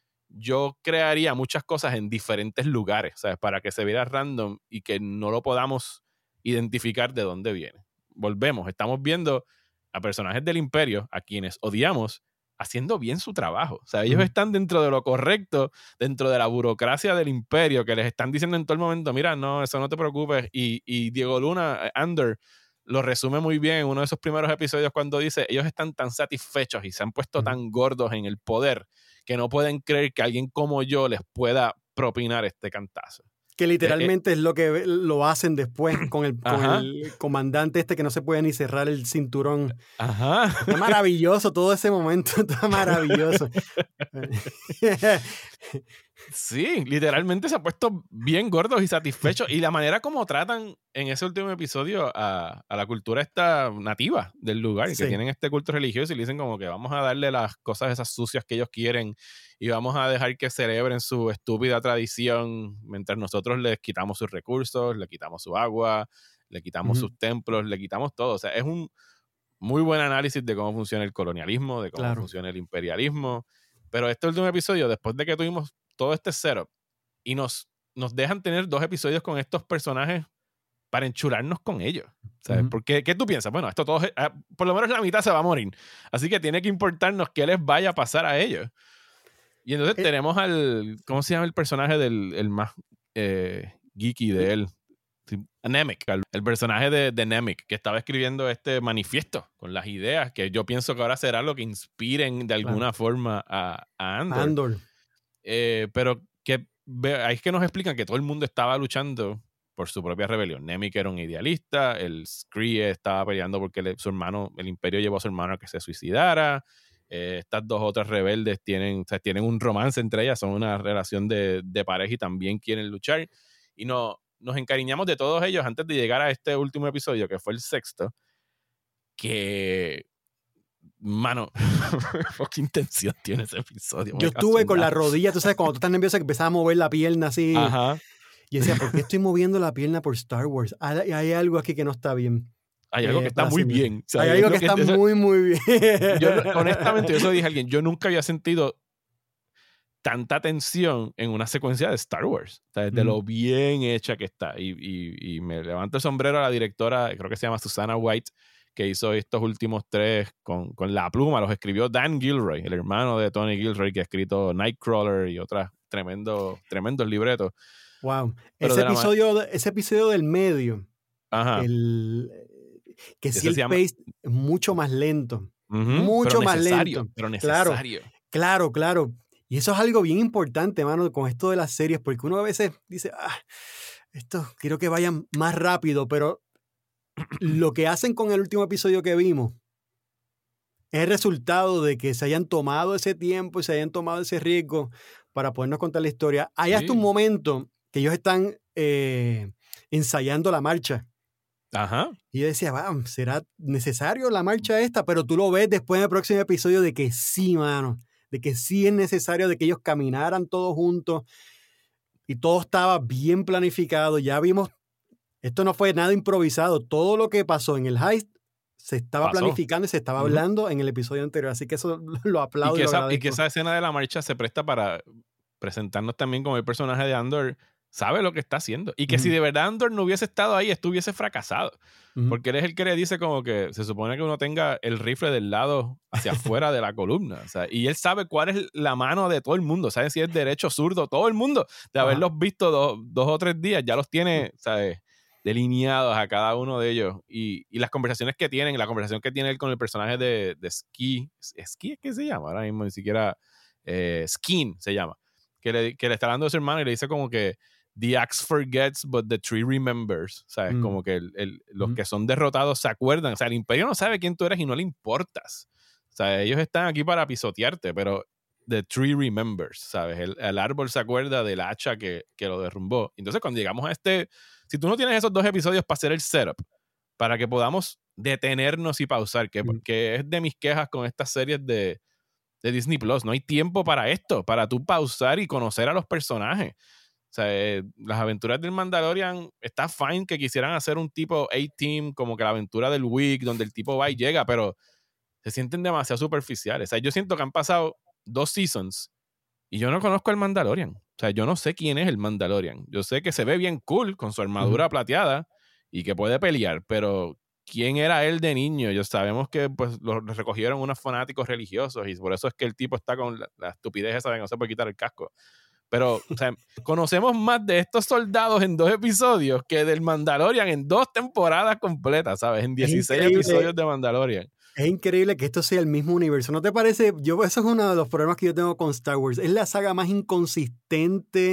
yo crearía muchas cosas en diferentes lugares, ¿sabes? Para que se viera random y que no lo podamos identificar de dónde viene. Volvemos, estamos viendo a personajes del imperio, a quienes odiamos, haciendo bien su trabajo. O sea, ellos mm. están dentro de lo correcto, dentro de la burocracia del imperio, que les están diciendo en todo el momento, mira, no, eso no te preocupes. Y, y Diego Luna, Andor, lo resume muy bien en uno de esos primeros episodios cuando dice, ellos están tan satisfechos y se han puesto mm. tan gordos en el poder que no pueden creer que alguien como yo les pueda propinar este cantazo. Que literalmente eh, eh, es lo que lo hacen después con, el, con el comandante este que no se puede ni cerrar el cinturón. Ajá. Está maravilloso todo ese momento, está maravilloso. Sí, literalmente se ha puesto bien gordos y satisfechos. Y la manera como tratan en ese último episodio a, a la cultura esta nativa del lugar, sí. que tienen este culto religioso, y le dicen como que vamos a darle las cosas esas sucias que ellos quieren y vamos a dejar que celebren su estúpida tradición mientras nosotros les quitamos sus recursos, le quitamos su agua, le quitamos uh-huh. sus templos, le quitamos todo. O sea, es un muy buen análisis de cómo funciona el colonialismo, de cómo claro. funciona el imperialismo. Pero este último episodio, después de que tuvimos todo este setup y nos, nos dejan tener dos episodios con estos personajes para enchularnos con ellos. O ¿Sabes? Uh-huh. Porque, ¿qué tú piensas? Bueno, esto todo, por lo menos la mitad se va a morir. Así que tiene que importarnos qué les vaya a pasar a ellos. Y entonces eh, tenemos al, ¿cómo se llama el personaje del el más eh, geeky de él? Nemik, el personaje de, de Nemik, que estaba escribiendo este manifiesto con las ideas que yo pienso que ahora será lo que inspiren de alguna claro. forma a, a Andor. Andor. Eh, pero que ahí es que nos explican que todo el mundo estaba luchando por su propia rebelión. Nemik era un idealista, el Scree estaba peleando porque le, su hermano, el Imperio llevó a su hermano a que se suicidara. Eh, estas dos otras rebeldes tienen, o sea, tienen un romance entre ellas, son una relación de, de pareja y también quieren luchar. Y no nos encariñamos de todos ellos antes de llegar a este último episodio, que fue el sexto, que, mano, fucking tensión tiene ese episodio. Yo estuve con la rodilla, tú sabes, cuando tú estás nervioso que empezás a mover la pierna así. Ajá. Y decía, ¿por qué estoy moviendo la pierna por Star Wars? Hay, hay algo aquí que no está bien. Hay algo eh, que está muy bien. O sea, hay algo que, que está eso, muy, muy bien. Yo, honestamente, yo eso dije a alguien, yo nunca había sentido tanta tensión en una secuencia de Star Wars, o sea, de mm. lo bien hecha que está. Y, y, y me levanto el sombrero a la directora, creo que se llama Susanna White, que hizo estos últimos tres con, con la pluma. Los escribió Dan Gilroy, el hermano de Tony Gilroy, que ha escrito Nightcrawler y otros tremendos tremendos libretos. Wow. Ese episodio, man... ese episodio del medio, Ajá. El, que sí el llama... pace es mucho más lento. Uh-huh, mucho pero más lento. Pero necesario. Claro, claro, claro. Y eso es algo bien importante, mano, con esto de las series, porque uno a veces dice, ah, esto quiero que vayan más rápido, pero lo que hacen con el último episodio que vimos es el resultado de que se hayan tomado ese tiempo y se hayan tomado ese riesgo para podernos contar la historia. Hay sí. hasta un momento que ellos están eh, ensayando la marcha. Ajá. Y yo decía, va, ¿será necesario la marcha esta? Pero tú lo ves después en el próximo episodio de que sí, mano. De que sí es necesario de que ellos caminaran todos juntos y todo estaba bien planificado. Ya vimos, esto no fue nada improvisado. Todo lo que pasó en el heist se estaba pasó. planificando y se estaba uh-huh. hablando en el episodio anterior. Así que eso lo aplaudo. Y que, y, lo esa, y que esa escena de la marcha se presta para presentarnos también como el personaje de Andor sabe lo que está haciendo. Y que uh-huh. si de verdad Andor no hubiese estado ahí, estuviese fracasado. Uh-huh. Porque él es el que le dice como que se supone que uno tenga el rifle del lado hacia afuera de la columna. O sea, y él sabe cuál es la mano de todo el mundo. Sabe si es derecho, zurdo, todo el mundo. De uh-huh. haberlos visto dos, dos o tres días, ya los tiene, ¿sabes? Delineados a cada uno de ellos. Y, y las conversaciones que tienen, la conversación que tiene él con el personaje de, de Ski. ¿Ski es que se llama? Ahora mismo ni siquiera... Eh, Skin se llama. Que le, que le está hablando a su hermano y le dice como que the axe forgets, but the tree remembers. ¿Sabes? Mm. Como que el, el, los mm. que son derrotados se acuerdan. O sea, el imperio no sabe quién tú eres y no le importas. O sea, ellos están aquí para pisotearte, pero the tree remembers, ¿sabes? El, el árbol se acuerda del hacha que, que lo derrumbó. Entonces, cuando llegamos a este... Si tú no tienes esos dos episodios para hacer el setup, para que podamos detenernos y pausar, que, mm. que es de mis quejas con estas series de, de Disney Plus, no hay tiempo para esto, para tú pausar y conocer a los personajes. O sea, eh, las aventuras del Mandalorian, está fine que quisieran hacer un tipo A-Team, como que la aventura del Week, donde el tipo va y llega, pero se sienten demasiado superficiales. O sea, yo siento que han pasado dos seasons y yo no conozco al Mandalorian. O sea, yo no sé quién es el Mandalorian. Yo sé que se ve bien cool con su armadura uh-huh. plateada y que puede pelear, pero ¿quién era él de niño? Yo sabemos que pues lo recogieron unos fanáticos religiosos y por eso es que el tipo está con la, la estupidez esa de no se puede quitar el casco. Pero, o sea, conocemos más de estos soldados en dos episodios que del Mandalorian en dos temporadas completas, ¿sabes? En dieciséis episodios de Mandalorian. Es increíble que esto sea el mismo universo. ¿No te parece? Yo, eso es uno de los problemas que yo tengo con Star Wars. Es la saga más inconsistente.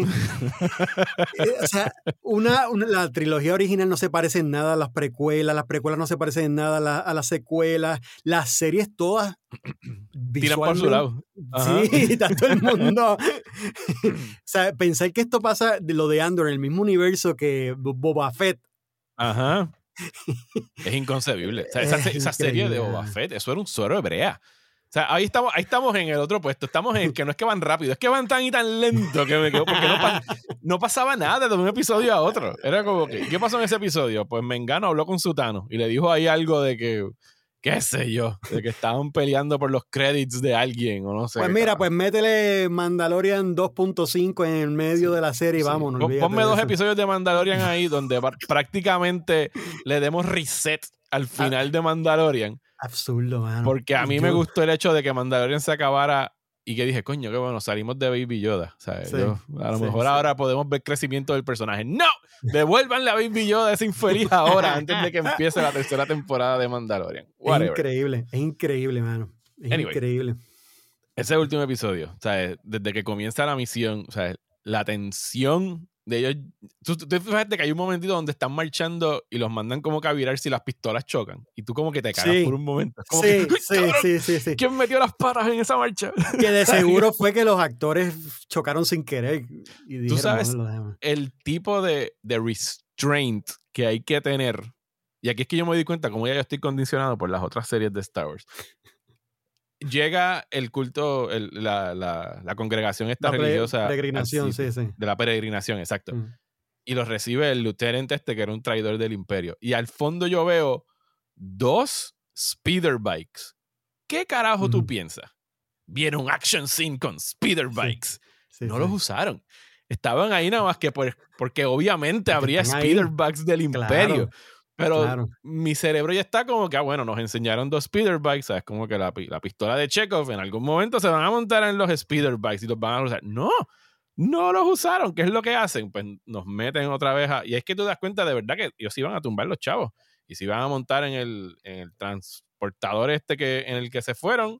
eh, o sea, una, una, la trilogía original no se parece en nada a las precuelas. Las precuelas no se parecen en nada a, la, a las secuelas. Las series todas tiran por su lado. Ajá. Sí, está todo el mundo. O sea, pensar que esto pasa de lo de Andor en el mismo universo que Boba Fett. Ajá. Es inconcebible. O sea, esa, esa serie de Boba Fett, eso era un suero hebrea. O sea, ahí estamos, ahí estamos en el otro puesto. Estamos en el que no es que van rápido, es que van tan y tan lento que me quedo, porque no, pa, no pasaba nada de un episodio a otro. Era como que, ¿qué pasó en ese episodio? Pues Mengano habló con Sutano y le dijo ahí algo de que, qué sé yo, de que estaban peleando por los credits de alguien o no sé. Pues mira, pues métele Mandalorian dos punto cinco en el medio sí, de la serie y sí. vámonos. Ponme dos eso. episodios de Mandalorian ahí donde prácticamente le demos reset al final ah, de Mandalorian. Absurdo, mano. Porque a mí yo... me gustó el hecho de que Mandalorian se acabara y que dije, coño, qué bueno, salimos de Baby Yoda. ¿Sabes? Sí, yo, a lo sí, mejor sí. ahora podemos ver crecimiento del personaje. ¡No! Devuélvanle a Baby Yoda a ese infeliz ahora antes de que empiece la tercera temporada de Mandalorian. Whatever. Es increíble, es increíble, mano. Es anyway, increíble. Ese último episodio, ¿sabes? Desde que comienza la misión, ¿sabes? La tensión de ellos. Tú, tú, tú fíjate que hay un momentito donde están marchando y los mandan como que a virar si las pistolas chocan. Y tú como que te cagas sí. por un momento. Como sí, que, sí, sí, sí, sí. ¿Quién metió las patas en esa marcha? Que de seguro fue que los actores chocaron sin querer. Y dijeron, tú sabes no, el tipo de, de restraint que hay que tener. Y aquí es que yo me di cuenta, como ya yo estoy condicionado por las otras series de Star Wars. Llega el culto, el, la, la, la congregación esta la pre, religiosa. Peregrinación, sí, sí. De la peregrinación, exacto. Mm. Y los recibe el lieutenant este, que era un traidor del imperio. Y al fondo yo veo dos speeder bikes. ¿Qué carajo mm. tú piensas? Viene un action scene con speeder bikes. Sí, sí, no sí. los usaron. Estaban ahí nada más que por, porque obviamente porque habría speeder ahí. bikes del imperio. Claro. Pero claro. mi cerebro ya está como que, ah, bueno, nos enseñaron dos speeder bikes, ¿sabes? Como que la, la pistola de Chekhov en algún momento se van a montar en los speeder bikes y los van a usar. No, no los usaron. ¿Qué es lo que hacen? Pues nos meten otra vez a... Y es que tú das cuenta de verdad que ellos iban a tumbar los chavos y se iban a montar en el, en el transportador este que, en el que se fueron.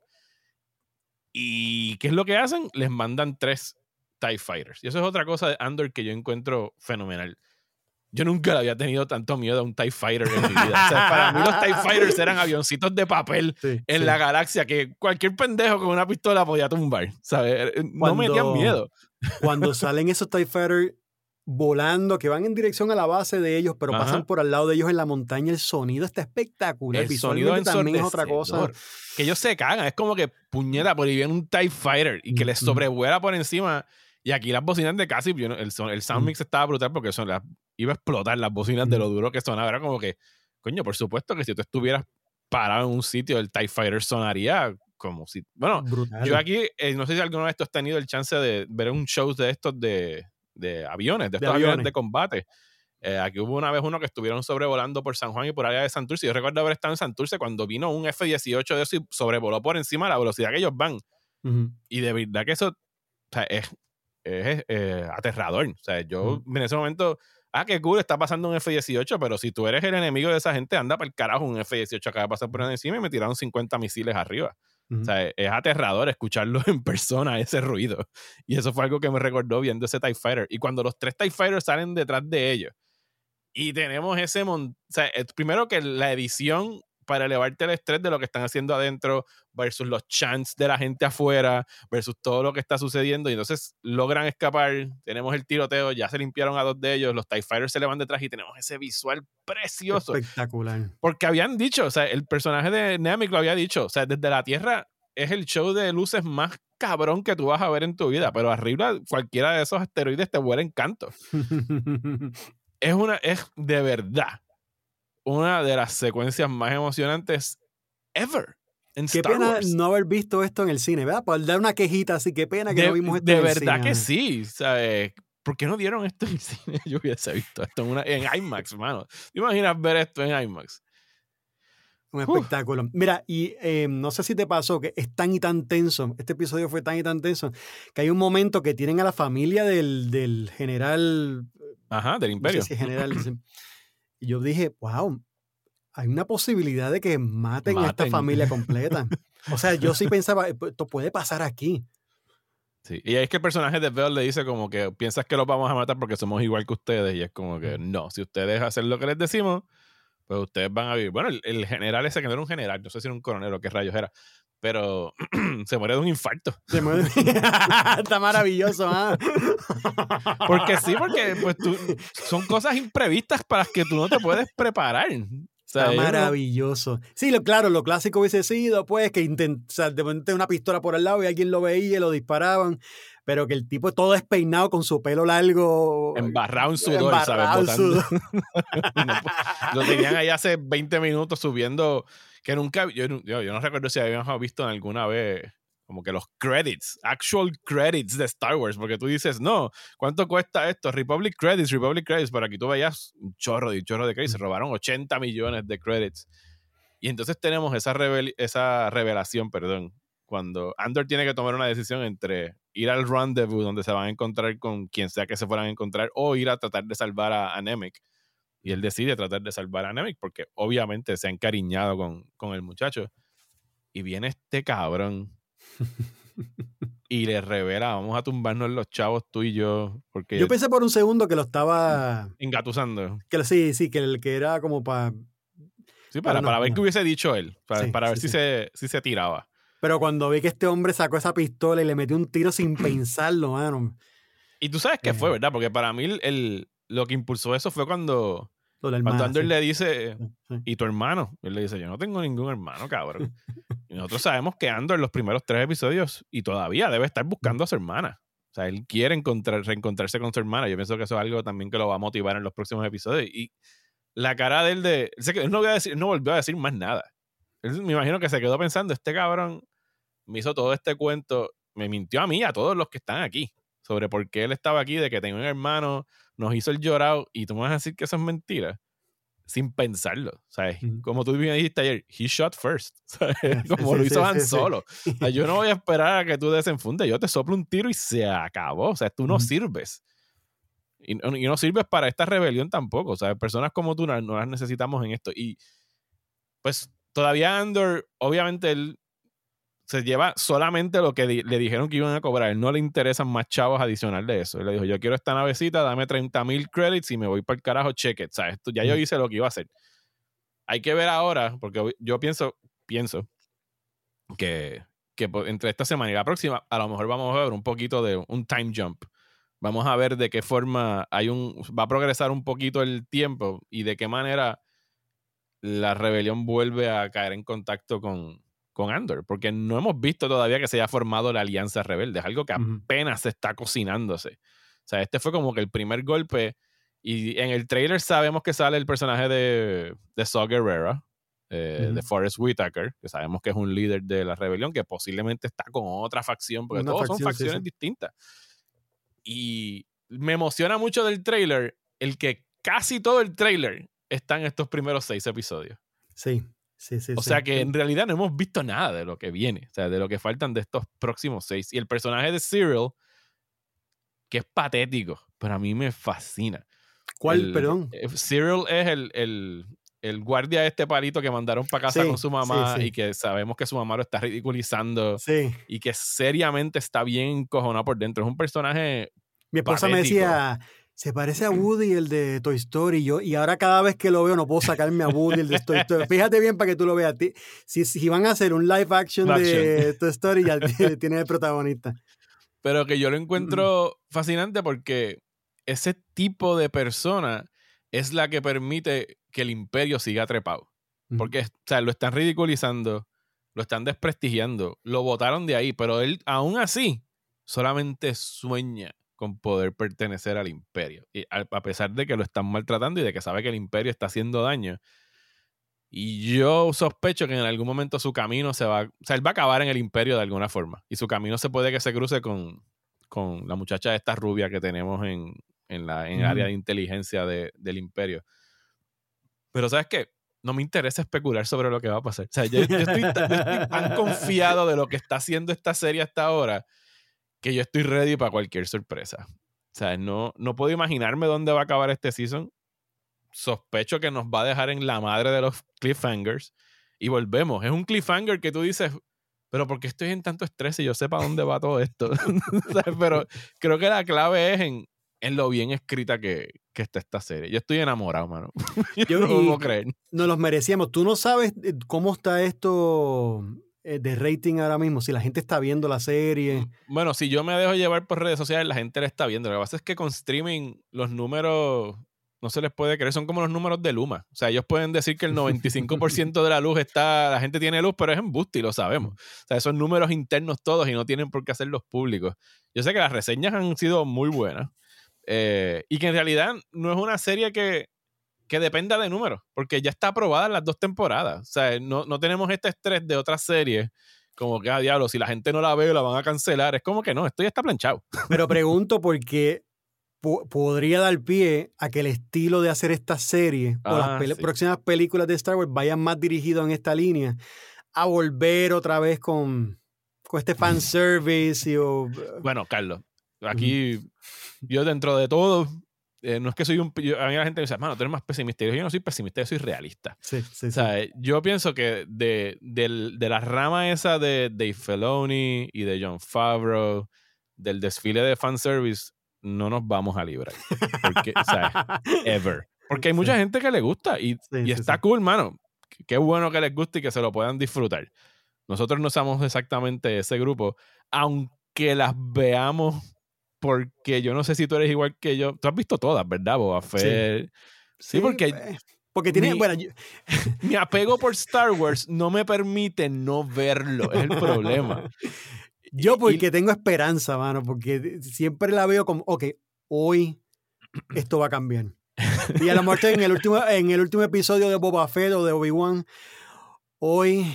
¿Y qué es lo que hacen? Les mandan tres TIE Fighters. Y eso es otra cosa de Andor que yo encuentro fenomenal. Yo nunca le había tenido tanto miedo a un TIE Fighter en mi vida. O sea, para mí los TIE Fighters eran avioncitos de papel sí, en sí. la galaxia que cualquier pendejo con una pistola podía tumbar, ¿sabes? No cuando, me metían miedo. Cuando salen esos TIE Fighters volando, que van en dirección a la base de ellos, pero Ajá. pasan por al lado de ellos en la montaña, el sonido está espectacular. El sonido también es otra cosa. Que ellos se cagan. Es como que, puñeta, por ahí viene un TIE Fighter y que mm-hmm. les sobrevuela por encima. Y aquí las bocinas de casi, el, el sound mix estaba brutal porque son las, iba a explotar las bocinas de lo duro que sonaba. Era como que, coño, por supuesto que si tú estuvieras parado en un sitio, el TIE Fighter sonaría como si... Bueno, brutal. Yo aquí, eh, no sé si alguna vez tú has tenido el chance de ver un show de estos de, de aviones, de estos de aviones. aviones de combate. Eh, aquí hubo una vez uno que estuvieron sobrevolando por San Juan y por área de Santurce. Yo recuerdo haber estado en Santurce cuando vino un F dieciocho de eso y sobrevoló por encima de la velocidad que ellos van. Uh-huh. Y de verdad que eso, o sea, es... es eh, aterrador. O sea, yo mm. en ese momento, ah, qué cool, está pasando un F dieciocho, pero si tú eres el enemigo de esa gente, anda para el carajo, un F dieciocho acaba de pasar por encima y me tiraron cincuenta misiles arriba. Mm. O sea, es aterrador escucharlo en persona, ese ruido. Y eso fue algo que me recordó viendo ese TIE Fighter. Y cuando los tres TIE Fighters salen detrás de ellos y tenemos ese... Mon- o sea, primero que la edición para elevarte el estrés de lo que están haciendo adentro versus los chants de la gente afuera versus todo lo que está sucediendo y entonces logran escapar, tenemos el tiroteo, ya se limpiaron a dos de ellos, los TIE Fighters se le van detrás y tenemos ese visual precioso. Espectacular. Porque habían dicho, o sea, el personaje de Nemik lo había dicho, o sea, desde la Tierra es el show de luces más cabrón que tú vas a ver en tu vida, pero arriba cualquiera de esos asteroides te vuela en canto. es una, es de verdad una de las secuencias más emocionantes ever en qué Star pena Wars. No haber visto esto en el cine, ¿verdad? Por dar una quejita así, qué pena que de, no vimos esto de en el verdad cine. Que sí, ¿sabes? ¿Por qué no dieron esto en el cine? Yo hubiese visto esto en, una, en IMAX, mano. ¿Te imaginas ver esto en IMAX? Un espectáculo. Uh. Mira, y eh, no sé si te pasó que es tan y tan tenso, este episodio fue tan y tan tenso, que hay un momento que tienen a la familia del, del general... Ajá, del imperio. No sé si general... Y yo dije, wow, hay una posibilidad de que maten, maten a esta familia completa. O sea, yo sí pensaba, esto puede pasar aquí. Sí, y es que el personaje de Bell le dice como que piensas que los vamos a matar porque somos igual que ustedes, y es como que no, si ustedes hacen lo que les decimos, pues ustedes van a vivir. Bueno, el, el general ese que no era un general, no sé si era un coronel o qué rayos era, pero se muere de un infarto. Se muere. Está maravilloso, ¿ah? Porque sí, porque pues tú, son cosas imprevistas para las que tú no te puedes preparar. O sea, está maravilloso. No... Sí, lo, claro, lo clásico hubiese sido pues que intent, o sea, de repente una pistola por al lado y alguien lo veía y lo disparaban, pero que el tipo todo despeinado con su pelo largo. Embarrado en sudor, ¿sabes? Botando. No, lo tenían ahí hace veinte minutos subiendo que nunca, yo, yo, yo no recuerdo si habíamos visto alguna vez como que los credits, actual credits de Star Wars, porque tú dices, no, ¿cuánto cuesta esto? Republic Credits, Republic Credits, pero aquí tú veías un chorro de un chorro de credits, se robaron ochenta millones de credits. Y entonces tenemos esa, revel esa revelación, perdón, cuando Andor tiene que tomar una decisión entre ir al rendezvous donde se van a encontrar con quien sea que se fueran a encontrar o ir a tratar de salvar a, a Nemec. Y él decide tratar de salvar a Nemec porque obviamente se ha encariñado con, con el muchacho. Y viene este cabrón y le revela, vamos a tumbarnos los chavos tú y yo. Porque yo pensé por un segundo que lo estaba... engatusando. Que, sí, sí, que, el, que era como para... Sí, para, no, para ver no. qué hubiese dicho él. Para, sí, para ver sí, si, sí. Se, si se tiraba. Pero cuando vi que este hombre sacó esa pistola y le metió un tiro sin pensarlo, mano. Y tú sabes qué eh. fue, ¿verdad? Porque para mí el, el, lo que impulsó eso fue cuando... Hermana, cuando Andor sí. le dice, sí. ¿y tu hermano? Él le dice, yo no tengo ningún hermano, cabrón. Y nosotros sabemos que Andor en los primeros tres episodios y todavía debe estar buscando a su hermana. O sea, él quiere encontrar, reencontrarse con su hermana. Yo pienso que eso es algo también que lo va a motivar en los próximos episodios. Y la cara de él de... Él no, voy a decir, no volvió a decir más nada. Él, me imagino que se quedó pensando, este cabrón me hizo todo este cuento, me mintió a mí y a todos los que están aquí sobre por qué él estaba aquí, de que tenía un hermano, nos hizo el llorado, y tú me vas a decir que eso es mentira sin pensarlo, ¿sabes? Mm. Como tú me dijiste ayer, he shot first, ¿sabes? Como sí, lo hizo sí, Han sí, Solo. Sí. O sea, yo no voy a esperar a que tú desenfundes, yo te soplo un tiro y se acabó, o sea, tú no mm. sirves. Y, y no sirves para esta rebelión tampoco, o sea, personas como tú no, no las necesitamos en esto. Y pues todavía Andor, obviamente él se lleva solamente lo que di le dijeron que iban a cobrar. A él no le interesan más chavos adicional de eso. Él le dijo, yo quiero esta navecita, dame treinta mil credits y me voy para el carajo, check it. O sea, esto, ya yo hice lo que iba a hacer. Hay que ver ahora, porque yo pienso, pienso que, que entre esta semana y la próxima, a lo mejor vamos a ver un poquito de un time jump. Vamos a ver de qué forma hay un, va a progresar un poquito el tiempo y de qué manera la rebelión vuelve a caer en contacto con con Andor, porque no hemos visto todavía que se haya formado la Alianza Rebelde, es algo que apenas se está cocinándose. O sea, este fue como que el primer golpe, y en el trailer sabemos que sale el personaje de, de Saw Gerrera, eh, uh-huh. de Forrest Whitaker, que sabemos que es un líder de la rebelión, que posiblemente está con otra facción, porque Una todos facción, son facciones sí, sí. distintas. Y me emociona mucho del trailer el que casi todo el trailer está en estos primeros seis episodios. Sí. Sí, sí, o sí. sea que en realidad no hemos visto nada de lo que viene, o sea, de lo que faltan de estos próximos seis. Y el personaje de Cyril, que es patético, pero a mí me fascina. ¿Cuál, el, perdón? Cyril es el, el, el guardia de este palito que mandaron para casa sí, con su mamá sí, sí. y que sabemos que su mamá lo está ridiculizando sí. y que seriamente está bien encojonado por dentro. Es un personaje Mi esposa patético. me decía... Se parece a Woody, el de Toy Story. Yo, y ahora cada vez que lo veo no puedo sacarme a Woody, el de Toy Story. Fíjate bien para que tú lo veas. Si, si van a hacer un live action, live de action. Toy Story, ya tiene el protagonista. Pero que yo lo encuentro fascinante porque ese tipo de persona es la que permite que el imperio siga trepado. Porque o sea, lo están ridiculizando, lo están desprestigiando, lo botaron de ahí, pero él aún así solamente sueña con poder pertenecer al imperio, y a, a pesar de que lo están maltratando y de que sabe que el imperio está haciendo daño. Y yo sospecho que en algún momento su camino se va, o sea, él va a acabar en el imperio de alguna forma, y su camino se puede que se cruce con, con la muchacha esta rubia que tenemos en, en, la, en el área de inteligencia de, del imperio. Pero ¿sabes qué? No me interesa especular sobre lo que va a pasar. O sea, yo, yo, estoy, yo estoy tan confiado de lo que está haciendo esta serie hasta ahora que yo estoy ready para cualquier sorpresa. O sea, no, no puedo imaginarme dónde va a acabar este season. Sospecho que nos va a dejar en la madre de los cliffhangers. Y volvemos. Es un cliffhanger que tú dices, pero ¿por qué estoy en tanto estrés y yo sé para dónde va todo esto? Pero creo que la clave es en, en lo bien escrita que, que está esta serie. Yo estoy enamorado, mano. yo, yo no lo puedo creer. Nos los merecíamos. Tú no sabes cómo está esto de rating ahora mismo, si la gente está viendo la serie. Bueno, si yo me dejo llevar por redes sociales, la gente la está viendo. Lo que pasa es que con streaming los números no se les puede creer, son como los números de Luma. O sea, ellos pueden decir que el noventa y cinco por ciento de la luz está, la gente tiene luz, pero es embuste y lo sabemos. O sea, esos números internos todos y no tienen por qué hacerlos públicos. Yo sé que las reseñas han sido muy buenas, eh, y que en realidad no es una serie que que dependa de números, porque ya está aprobada en las dos temporadas. O sea, no, no tenemos este estrés de otras series, como que, ah, diablo, si la gente no la ve, la van a cancelar. Es como que no, esto ya está planchado. Pero pregunto porque po- podría dar pie a que el estilo de hacer esta serie Ah, o las pele- sí. próximas películas de Star Wars vayan más dirigidos en esta línea a volver otra vez con, con este fanservice y o, Bueno, Carlos, aquí uh-huh. yo dentro de todo, eh, no es que soy un... Yo, a mí la gente me dice, mano, tú eres más pesimista. Yo no soy pesimista, yo soy realista. Sí, sí, o sea, sí. Yo pienso que de, de, de la rama esa de Dave Filoni y de Jon Favreau, del desfile de fanservice, no nos vamos a librar. Porque, o sea, ever. Porque hay mucha sí. gente que le gusta y, sí, y sí, está sí. cool, mano. Qué bueno que les guste y que se lo puedan disfrutar. Nosotros no somos exactamente ese grupo, aunque las veamos, porque yo no sé si tú eres igual que yo. Tú has visto todas, ¿verdad, Boba Fett? Sí, sí, porque... Porque tiene... Mi, bueno, yo... mi apego por Star Wars no me permite no verlo. Es el problema. Yo porque y, tengo esperanza, mano, porque siempre la veo como, ok, hoy esto va a cambiar. Y a lo mejor en el último, en el último episodio de Boba Fett o de Obi-Wan, hoy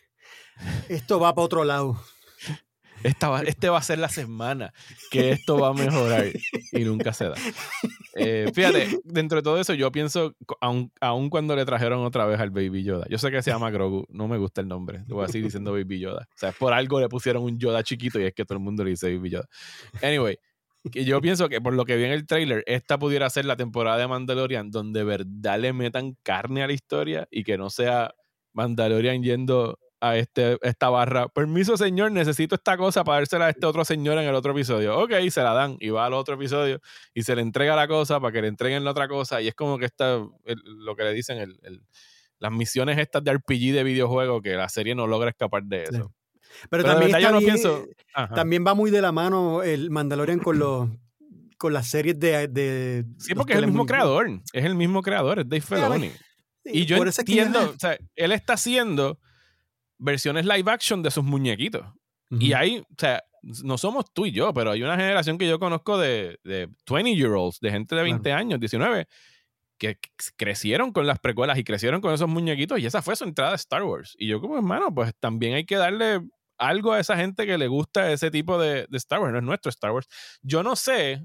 esto va para otro lado. Esta va, este va a ser la semana que esto va a mejorar y nunca se da. Eh, fíjate, dentro de todo eso yo pienso, aun, aun cuando le trajeron otra vez al Baby Yoda, yo sé que se llama Grogu, no me gusta el nombre, lo voy a seguir diciendo Baby Yoda. O sea, por algo le pusieron un Yoda chiquito y es que todo el mundo le dice Baby Yoda. Anyway, que yo pienso que por lo que vi en el trailer, esta pudiera ser la temporada de Mandalorian donde de verdad le metan carne a la historia y que no sea Mandalorian yendo a este, esta barra, permiso señor, necesito esta cosa para dársela a este otro señor en el otro episodio. Ok, se la dan y va al otro episodio y se le entrega la cosa para que le entreguen la otra cosa y es como que está el, lo que le dicen el, el, las misiones estas de R P G de videojuego que la serie no logra escapar de eso. Sí. Pero, Pero también, está yo no bien, pienso, también va muy de la mano el Mandalorian con los con las series de, de sí, porque es el mismo creador, es el mismo creador, es Dave Filoni. Sí, y yo entiendo, es que... o sea, él está haciendo versiones live action de sus muñequitos. Uh-huh. Y ahí, o sea, no somos tú y yo, pero hay una generación que yo conozco de, de veinte year olds, de gente de veinte claro. años, diecinueve, que crecieron con las precuelas y crecieron con esos muñequitos y esa fue su entrada a Star Wars. Y yo como hermano, pues también hay que darle algo a esa gente que le gusta ese tipo de, de Star Wars, no es nuestro Star Wars. Yo no sé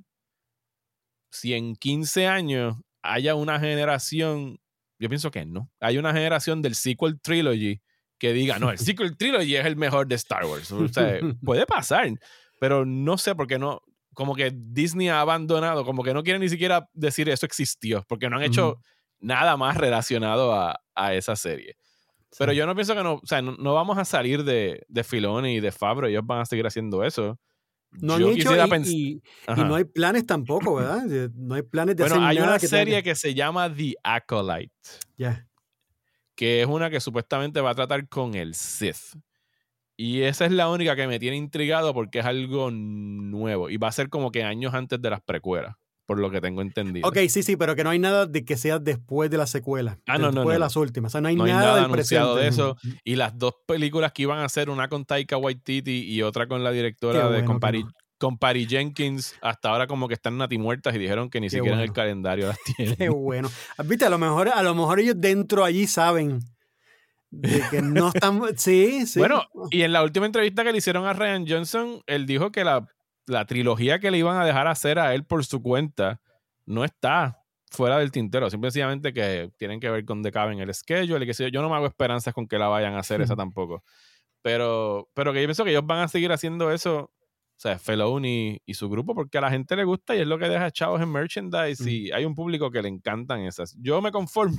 si en quince años haya una generación, yo pienso que no, hay una generación del sequel trilogy que diga, no, el sequel trilogy es el mejor de Star Wars. O sea, puede pasar, pero no sé por qué no, como que Disney ha abandonado, como que no quiere ni siquiera decir eso existió, porque no han hecho uh-huh. nada más relacionado a, a esa serie. Sí. Pero yo no pienso que no, o sea, no, no vamos a salir de, de Filoni y de Favreau, ellos van a seguir haciendo eso. No yo han hecho y, pens- y, y no hay planes tampoco, ¿verdad? No hay planes de bueno, hacer hay nada una que serie tenga... que se llama The Acolyte. Ya. Yeah. Que es una que supuestamente va a tratar con el Sith. Y esa es la única que me tiene intrigado porque es algo nuevo. Y va a ser como que años antes de las precuelas, por lo que tengo entendido. Ok, sí, sí, pero que no hay nada de que sea después de la secuela. Ah, no, después no, de no, las no. últimas. O sea, no hay no nada, hay nada del anunciado presente. de eso. Y las dos películas que iban a hacer, una con Taika Waititi y otra con la directora Qué de bueno, con Patty, con Patty Jenkins, hasta ahora como que están natimuertas y dijeron que ni Qué siquiera bueno. en el calendario las tienen. Qué bueno. Viste, a lo mejor, a lo mejor ellos dentro allí saben de que no están... Sí, sí. Bueno, y en la última entrevista que le hicieron a Rian Johnson, él dijo que la, la trilogía que le iban a dejar hacer a él por su cuenta no está fuera del tintero. Simplemente que tienen que ver con The Cabin, el schedule y que sé yo. Yo no me hago esperanzas con que la vayan a hacer esa tampoco. Pero, pero que yo pienso que ellos van a seguir haciendo eso, o sea, Filoni y su grupo, porque a la gente le gusta y es lo que deja chavos en merchandise y hay un público que le encantan esas. Yo me conformo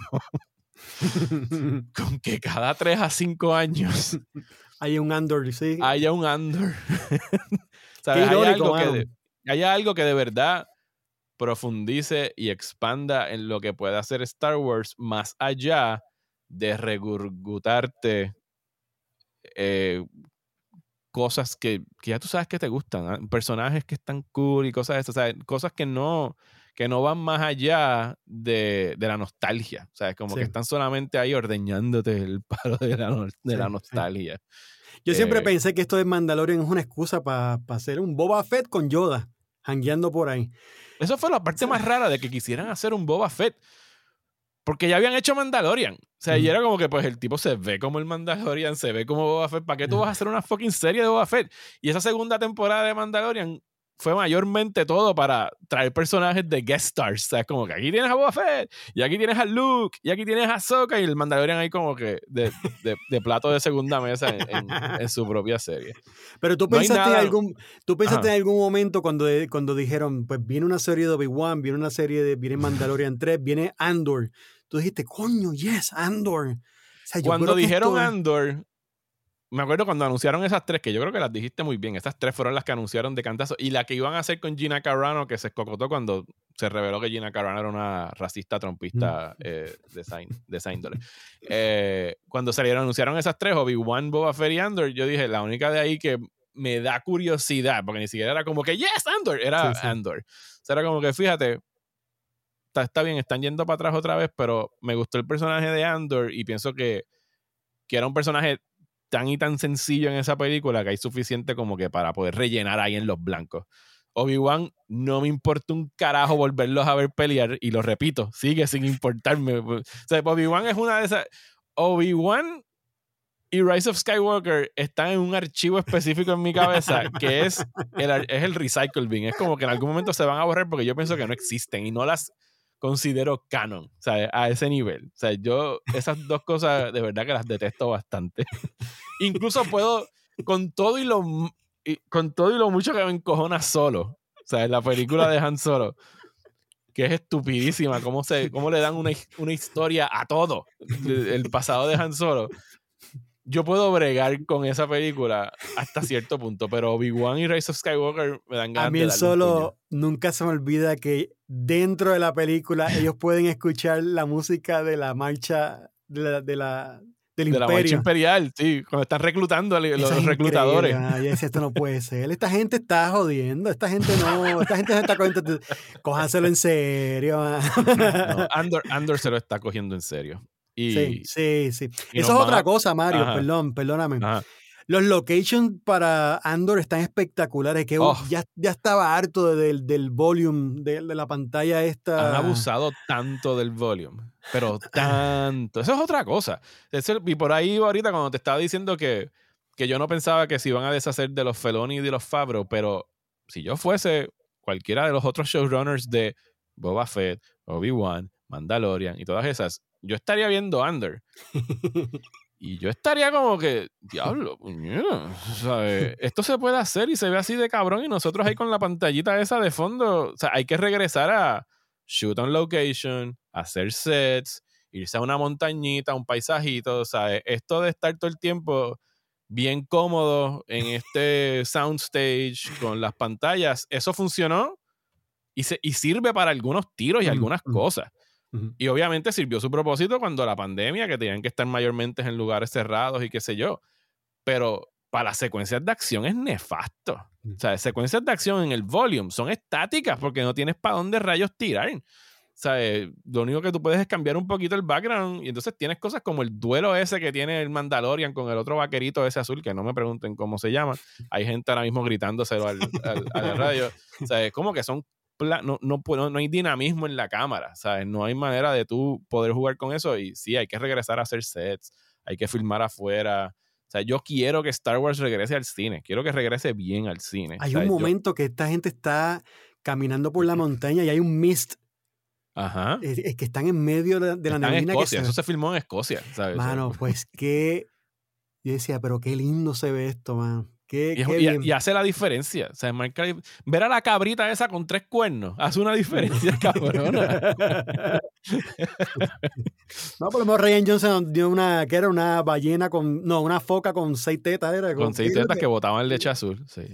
con que cada tres a cinco años hay un Andor, sí. Haya un Andor. ¿Sabes? Hay, algo que de, hay algo que de verdad profundice y expanda en lo que puede hacer Star Wars más allá de regurgitarte eh, cosas que, que ya tú sabes que te gustan, ¿eh? Personajes que están cool y cosas de esas, o sea, cosas que no, que no van más allá de, de la nostalgia, o sea, como sí. que están solamente ahí ordeñándote el palo de la, de sí, la nostalgia. Sí. Yo eh, siempre pensé que esto de Mandalorian es una excusa para pa hacer un Boba Fett con Yoda, jangueando por ahí. Eso fue la parte sí. más rara de que quisieran hacer un Boba Fett. Porque ya habían hecho Mandalorian. O sea, Mm. y era como que pues el tipo se ve como el Mandalorian, se ve como Boba Fett. ¿Para qué tú vas a hacer una fucking serie de Boba Fett? Y esa segunda temporada de Mandalorian fue mayormente todo para traer personajes de guest stars. O sea, es como que aquí tienes a Boba Fett, y aquí tienes a Luke, y aquí tienes a Ahsoka, y el Mandalorian ahí como que de, de, de plato de segunda mesa en, en, en su propia serie. Pero tú No hay pensaste, en nada- algún, tú pensaste Ajá. en algún momento cuando, cuando dijeron, pues viene una serie de Obi-Wan, viene una serie de, viene Mandalorian tres, viene Andor. Tú dijiste, coño, yes, Andor. O sea, yo Cuando creo que dijeron esto es- Andor, me acuerdo cuando anunciaron esas tres, que yo creo que las dijiste muy bien. Esas tres fueron las que anunciaron de cantazo. Y la que iban a hacer con Gina Carano, que se escocotó cuando se reveló que Gina Carano era una racista trompista eh, de, esa, ín- de esa índole. Eh, cuando salieron, anunciaron esas tres, Obi-Wan, Boba Fett y Andor, yo dije, la única de ahí que me da curiosidad, porque ni siquiera era como que, yes, Andor, era Sí, sí. Andor. O sea, era como que, fíjate, está, está bien, están yendo para atrás otra vez, pero me gustó el personaje de Andor y pienso que, que era un personaje tan y tan sencillo en esa película que hay suficiente como que para poder rellenar ahí en los blancos. Obi-Wan no me importa un carajo volverlos a ver pelear, y lo repito, sigue sin importarme. O sea, Obi-Wan es una de esas... Obi-Wan y Rise of Skywalker están en un archivo específico en mi cabeza que es el, es el recycle bin. Es como que en algún momento se van a borrar porque yo pienso que no existen y no las considero canon, o sea, a ese nivel. O sea, yo esas dos cosas de verdad que las detesto bastante. Incluso puedo, con todo y lo y, con todo y lo mucho que me encojona Solo, o sea, en la película de Han Solo, que es estupidísima, cómo, se, cómo le dan una, una historia a todo, el pasado de Han Solo. Yo puedo bregar con esa película hasta cierto punto, pero Obi-Wan y Rise of Skywalker me dan ganas A mí de el darle un Solo puño. nunca se me olvida que dentro de la película ellos pueden escuchar la música de la marcha de la, de la, del De la marcha imperio. imperial, sí, cuando están reclutando a los Eso es reclutadores. increíble, man. Yo decía, esto no puede ser. Esta gente está jodiendo. Esta gente no. Esta gente se está cogiendo. Cójanselo en serio, man. No, Andor, Andor se lo está cogiendo en serio. Y, Sí, sí, sí. y Eso nos es otra van a- cosa, Mario. Ajá. Perdón, perdóname. Ajá. Los locations para Andor están espectaculares. Que Oh. ya, ya estaba harto de- del, del volume de, de la pantalla esta. Han abusado tanto del volume, pero tanto. Eso es otra cosa. Eso, y por ahí ahorita cuando te estaba diciendo que, que yo no pensaba que se iban a deshacer de los Filoni y de los Favreau, pero si yo fuese cualquiera de los otros showrunners de Boba Fett, Obi-Wan, Mandalorian y todas esas, yo estaría viendo Andor. Y yo estaría como que, diablo, puñeta, ¿sabes? Esto se puede hacer y se ve así de cabrón y nosotros ahí con la pantallita esa de fondo. O sea, hay que regresar a shoot on location, hacer sets, irse a una montañita, un paisajito, ¿sabes? Esto de estar todo el tiempo bien cómodo en este soundstage con las pantallas, eso funcionó y, se, y sirve para algunos tiros y algunas cosas. Y obviamente sirvió su propósito cuando la pandemia, que tenían que estar mayormente en lugares cerrados y qué sé yo. Pero para las secuencias de acción es nefasto. O sea, secuencias de acción en el volume son estáticas porque no tienes para dónde rayos tirar. O sea, lo único que tú puedes es cambiar un poquito el background y entonces tienes cosas como el duelo ese que tiene el Mandalorian con el otro vaquerito ese azul, que no me pregunten cómo se llama. Hay gente ahora mismo gritándoselo al, al, a la radio. O sea, es como que son No, no, no, no hay dinamismo en la cámara, ¿sabes? No hay manera de tú poder jugar con eso y sí, hay que regresar a hacer sets, hay que filmar afuera. O sea, yo quiero que Star Wars regrese al cine, quiero que regrese bien al cine. Hay o sea, un momento yo... que esta gente está caminando por la montaña y hay un mist. Ajá. Es, es que están en medio de, de la Está neblina. en Escocia, que se... eso se filmó en Escocia, ¿sabes? Mano, pues qué... Yo decía, pero qué lindo se ve esto, man. Qué, y, qué y, bien. y hace la diferencia. O sea, marca, ver a la cabrita esa con tres cuernos hace una diferencia cabrona. No, por lo menos Rian Johnson dio una, que era una ballena con, no, una foca con seis tetas. Era, con seis tetas que botaban leche azul. Sí.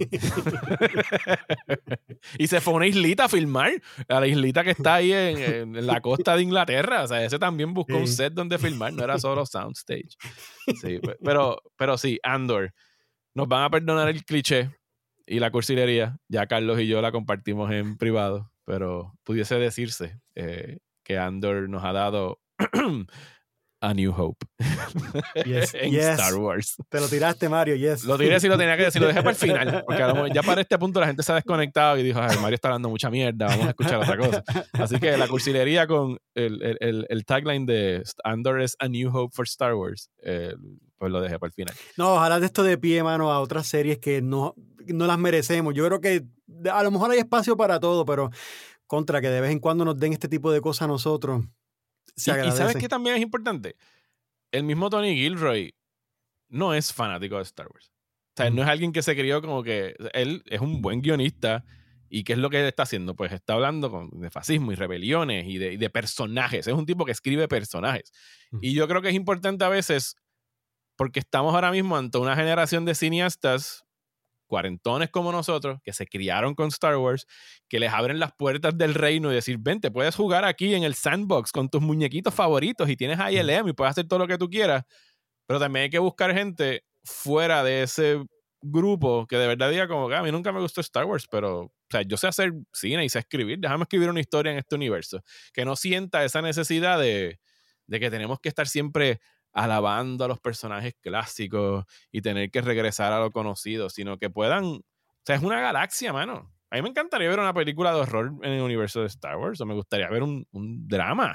Y se fue a una islita a filmar, a la islita que está ahí en, en la costa de Inglaterra. O sea, ese también buscó sí. un set donde filmar, no era solo soundstage. Sí, pero, pero sí, Andor. Nos van a perdonar el cliché y la cursilería. Ya Carlos y yo la compartimos en privado, pero pudiese decirse eh, que Andor nos ha dado A New Hope. Yes, en yes. Star Wars. Te lo tiraste, Mario, yes. Lo tiré si lo tenía que decir, lo dejé para el final, porque a lo mejor ya para este punto la gente se ha desconectado y dijo, ay, Mario está hablando mucha mierda, vamos a escuchar otra cosa. Así que la cursilería con el, el, el, el tagline de Andor is a New Hope for Star Wars, eh, pues lo dejé para el final. No, ojalá de esto de pie, mano, a otras series que no, no las merecemos. Yo creo que a lo mejor hay espacio para todo, pero contra que de vez en cuando nos den este tipo de cosas a nosotros, se y, agradece. Y ¿sabes qué también es importante? El mismo Tony Gilroy no es fanático de Star Wars. O sea, mm. no es alguien que se crió como que... Él es un buen guionista. ¿Y qué es lo que él está haciendo? Pues está hablando con, de fascismo y rebeliones y de, y de personajes. Es un tipo que escribe personajes. Mm. Y yo creo que es importante a veces, porque estamos ahora mismo ante una generación de cineastas cuarentones como nosotros, que se criaron con Star Wars, que les abren las puertas del reino y decir, ven, te puedes jugar aquí en el sandbox con tus muñequitos favoritos y tienes I L M y puedes hacer todo lo que tú quieras, pero también hay que buscar gente fuera de ese grupo que de verdad diga como que a mí nunca me gustó Star Wars, pero o sea, yo sé hacer cine y sé escribir, déjame escribir una historia en este universo, que no sienta esa necesidad de, de que tenemos que estar siempre alabando a los personajes clásicos y tener que regresar a lo conocido, sino que puedan... O sea, es una galaxia, mano. A mí me encantaría ver una película de horror en el universo de Star Wars, o me gustaría ver un, un drama,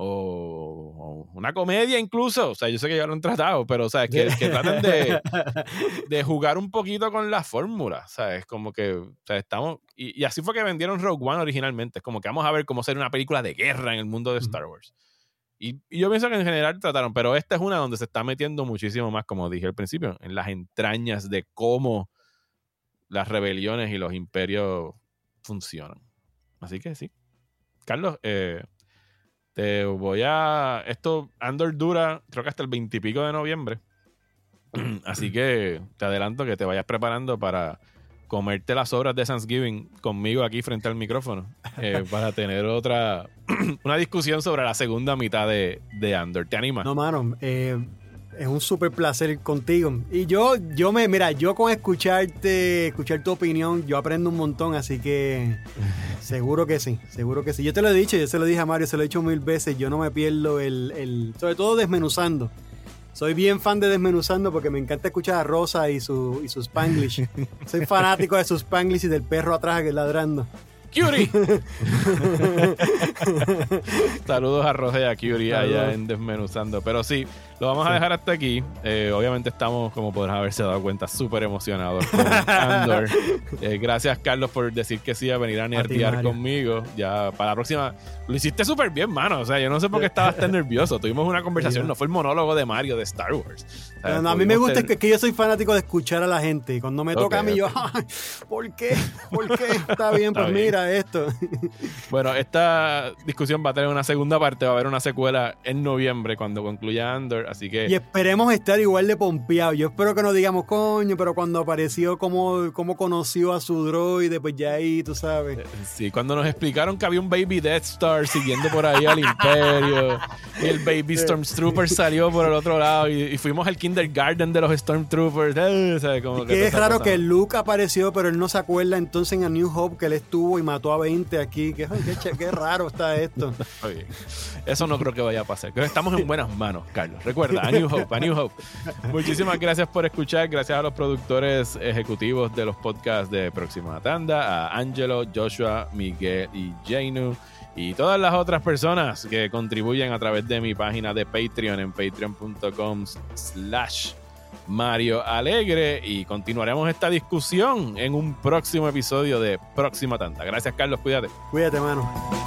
o, o una comedia incluso. O sea, yo sé que ya lo han tratado, pero, o sea, que, que traten de, de jugar un poquito con la fórmula, ¿sabes? Como que, o sea, estamos... Y, y así fue que vendieron Rogue One originalmente. Es como que vamos a ver cómo hacer una película de guerra en el mundo de Star Wars. Y, y yo pienso que en general trataron, pero esta es una donde se está metiendo muchísimo más, como dije al principio, en las entrañas de cómo las rebeliones y los imperios funcionan. Así que sí. Carlos, eh, te voy a... Esto, Andor dura, creo que hasta el veintipico de noviembre. Así que te adelanto que te vayas preparando para comerte las obras de Thanksgiving conmigo aquí frente al micrófono, eh, para tener otra una discusión sobre la segunda mitad de, de Andor. ¿Te animas? No, mano, eh, es un súper placer contigo. Y yo, yo me, mira, yo con escucharte, escuchar tu opinión, yo aprendo un montón, así que seguro que sí, seguro que sí. Yo te lo he dicho, yo se lo dije a Mario, se lo he dicho mil veces, yo no me pierdo el, el sobre todo desmenuzando. Soy bien fan de Desmenuzando porque me encanta escuchar a Rosa y su, y su Spanglish. Soy fanático de su Spanglish y del perro atrás que ladrando. ¡Curie! Saludos a Rosa y a Curie allá en Desmenuzando. Pero sí, lo vamos a dejar hasta aquí. Eh, obviamente estamos, como podrás haberse dado cuenta, súper emocionados con Andor. Eh, gracias, Carlos, por decir que sí a venir a nerdear conmigo. Ya para la próxima... Lo hiciste súper bien, mano. O sea, yo no sé por qué estabas tan nervioso. Tuvimos una conversación, no fue el monólogo de Mario de Star Wars. O sea, no, no, a mí me gusta ter... que, que yo soy fanático de escuchar a la gente. Y cuando me toca okay, a mí, okay. yo, ¿por qué? ¿Por qué? Está bien, Está pues bien. Mira esto. Bueno, esta discusión va a tener una segunda parte. Va a haber una secuela en noviembre cuando concluya Andor. Así que... Y esperemos estar igual de pompeados. Yo espero que no digamos, coño, pero cuando apareció, cómo, cómo conoció a su droide, pues ya ahí, tú sabes. Sí, cuando nos explicaron que había un Baby Death Star siguiendo por ahí al Imperio y el Baby Stormtrooper salió por el otro lado y, y fuimos al kindergarten de los Stormtroopers. Eh, ¿sabes? Como que que es raro que Luke apareció, pero él no se acuerda entonces en A New Hope que él estuvo y mató a veinte aquí. Qué, qué, qué raro está esto. Oye, eso no creo que vaya a pasar. Creo que estamos en buenas manos, Carlos. Recuerda, A New Hope, A New Hope. Muchísimas gracias por escuchar. Gracias a los productores ejecutivos de los podcasts de Próxima Tanda, a Angelo, Joshua, Miguel y Jainu, y todas las otras personas que contribuyen a través de mi página de Patreon en patreon.com slash Mario Alegre, y continuaremos esta discusión en un próximo episodio de Próxima Tanda. Gracias, Carlos, cuídate. Cuídate, mano.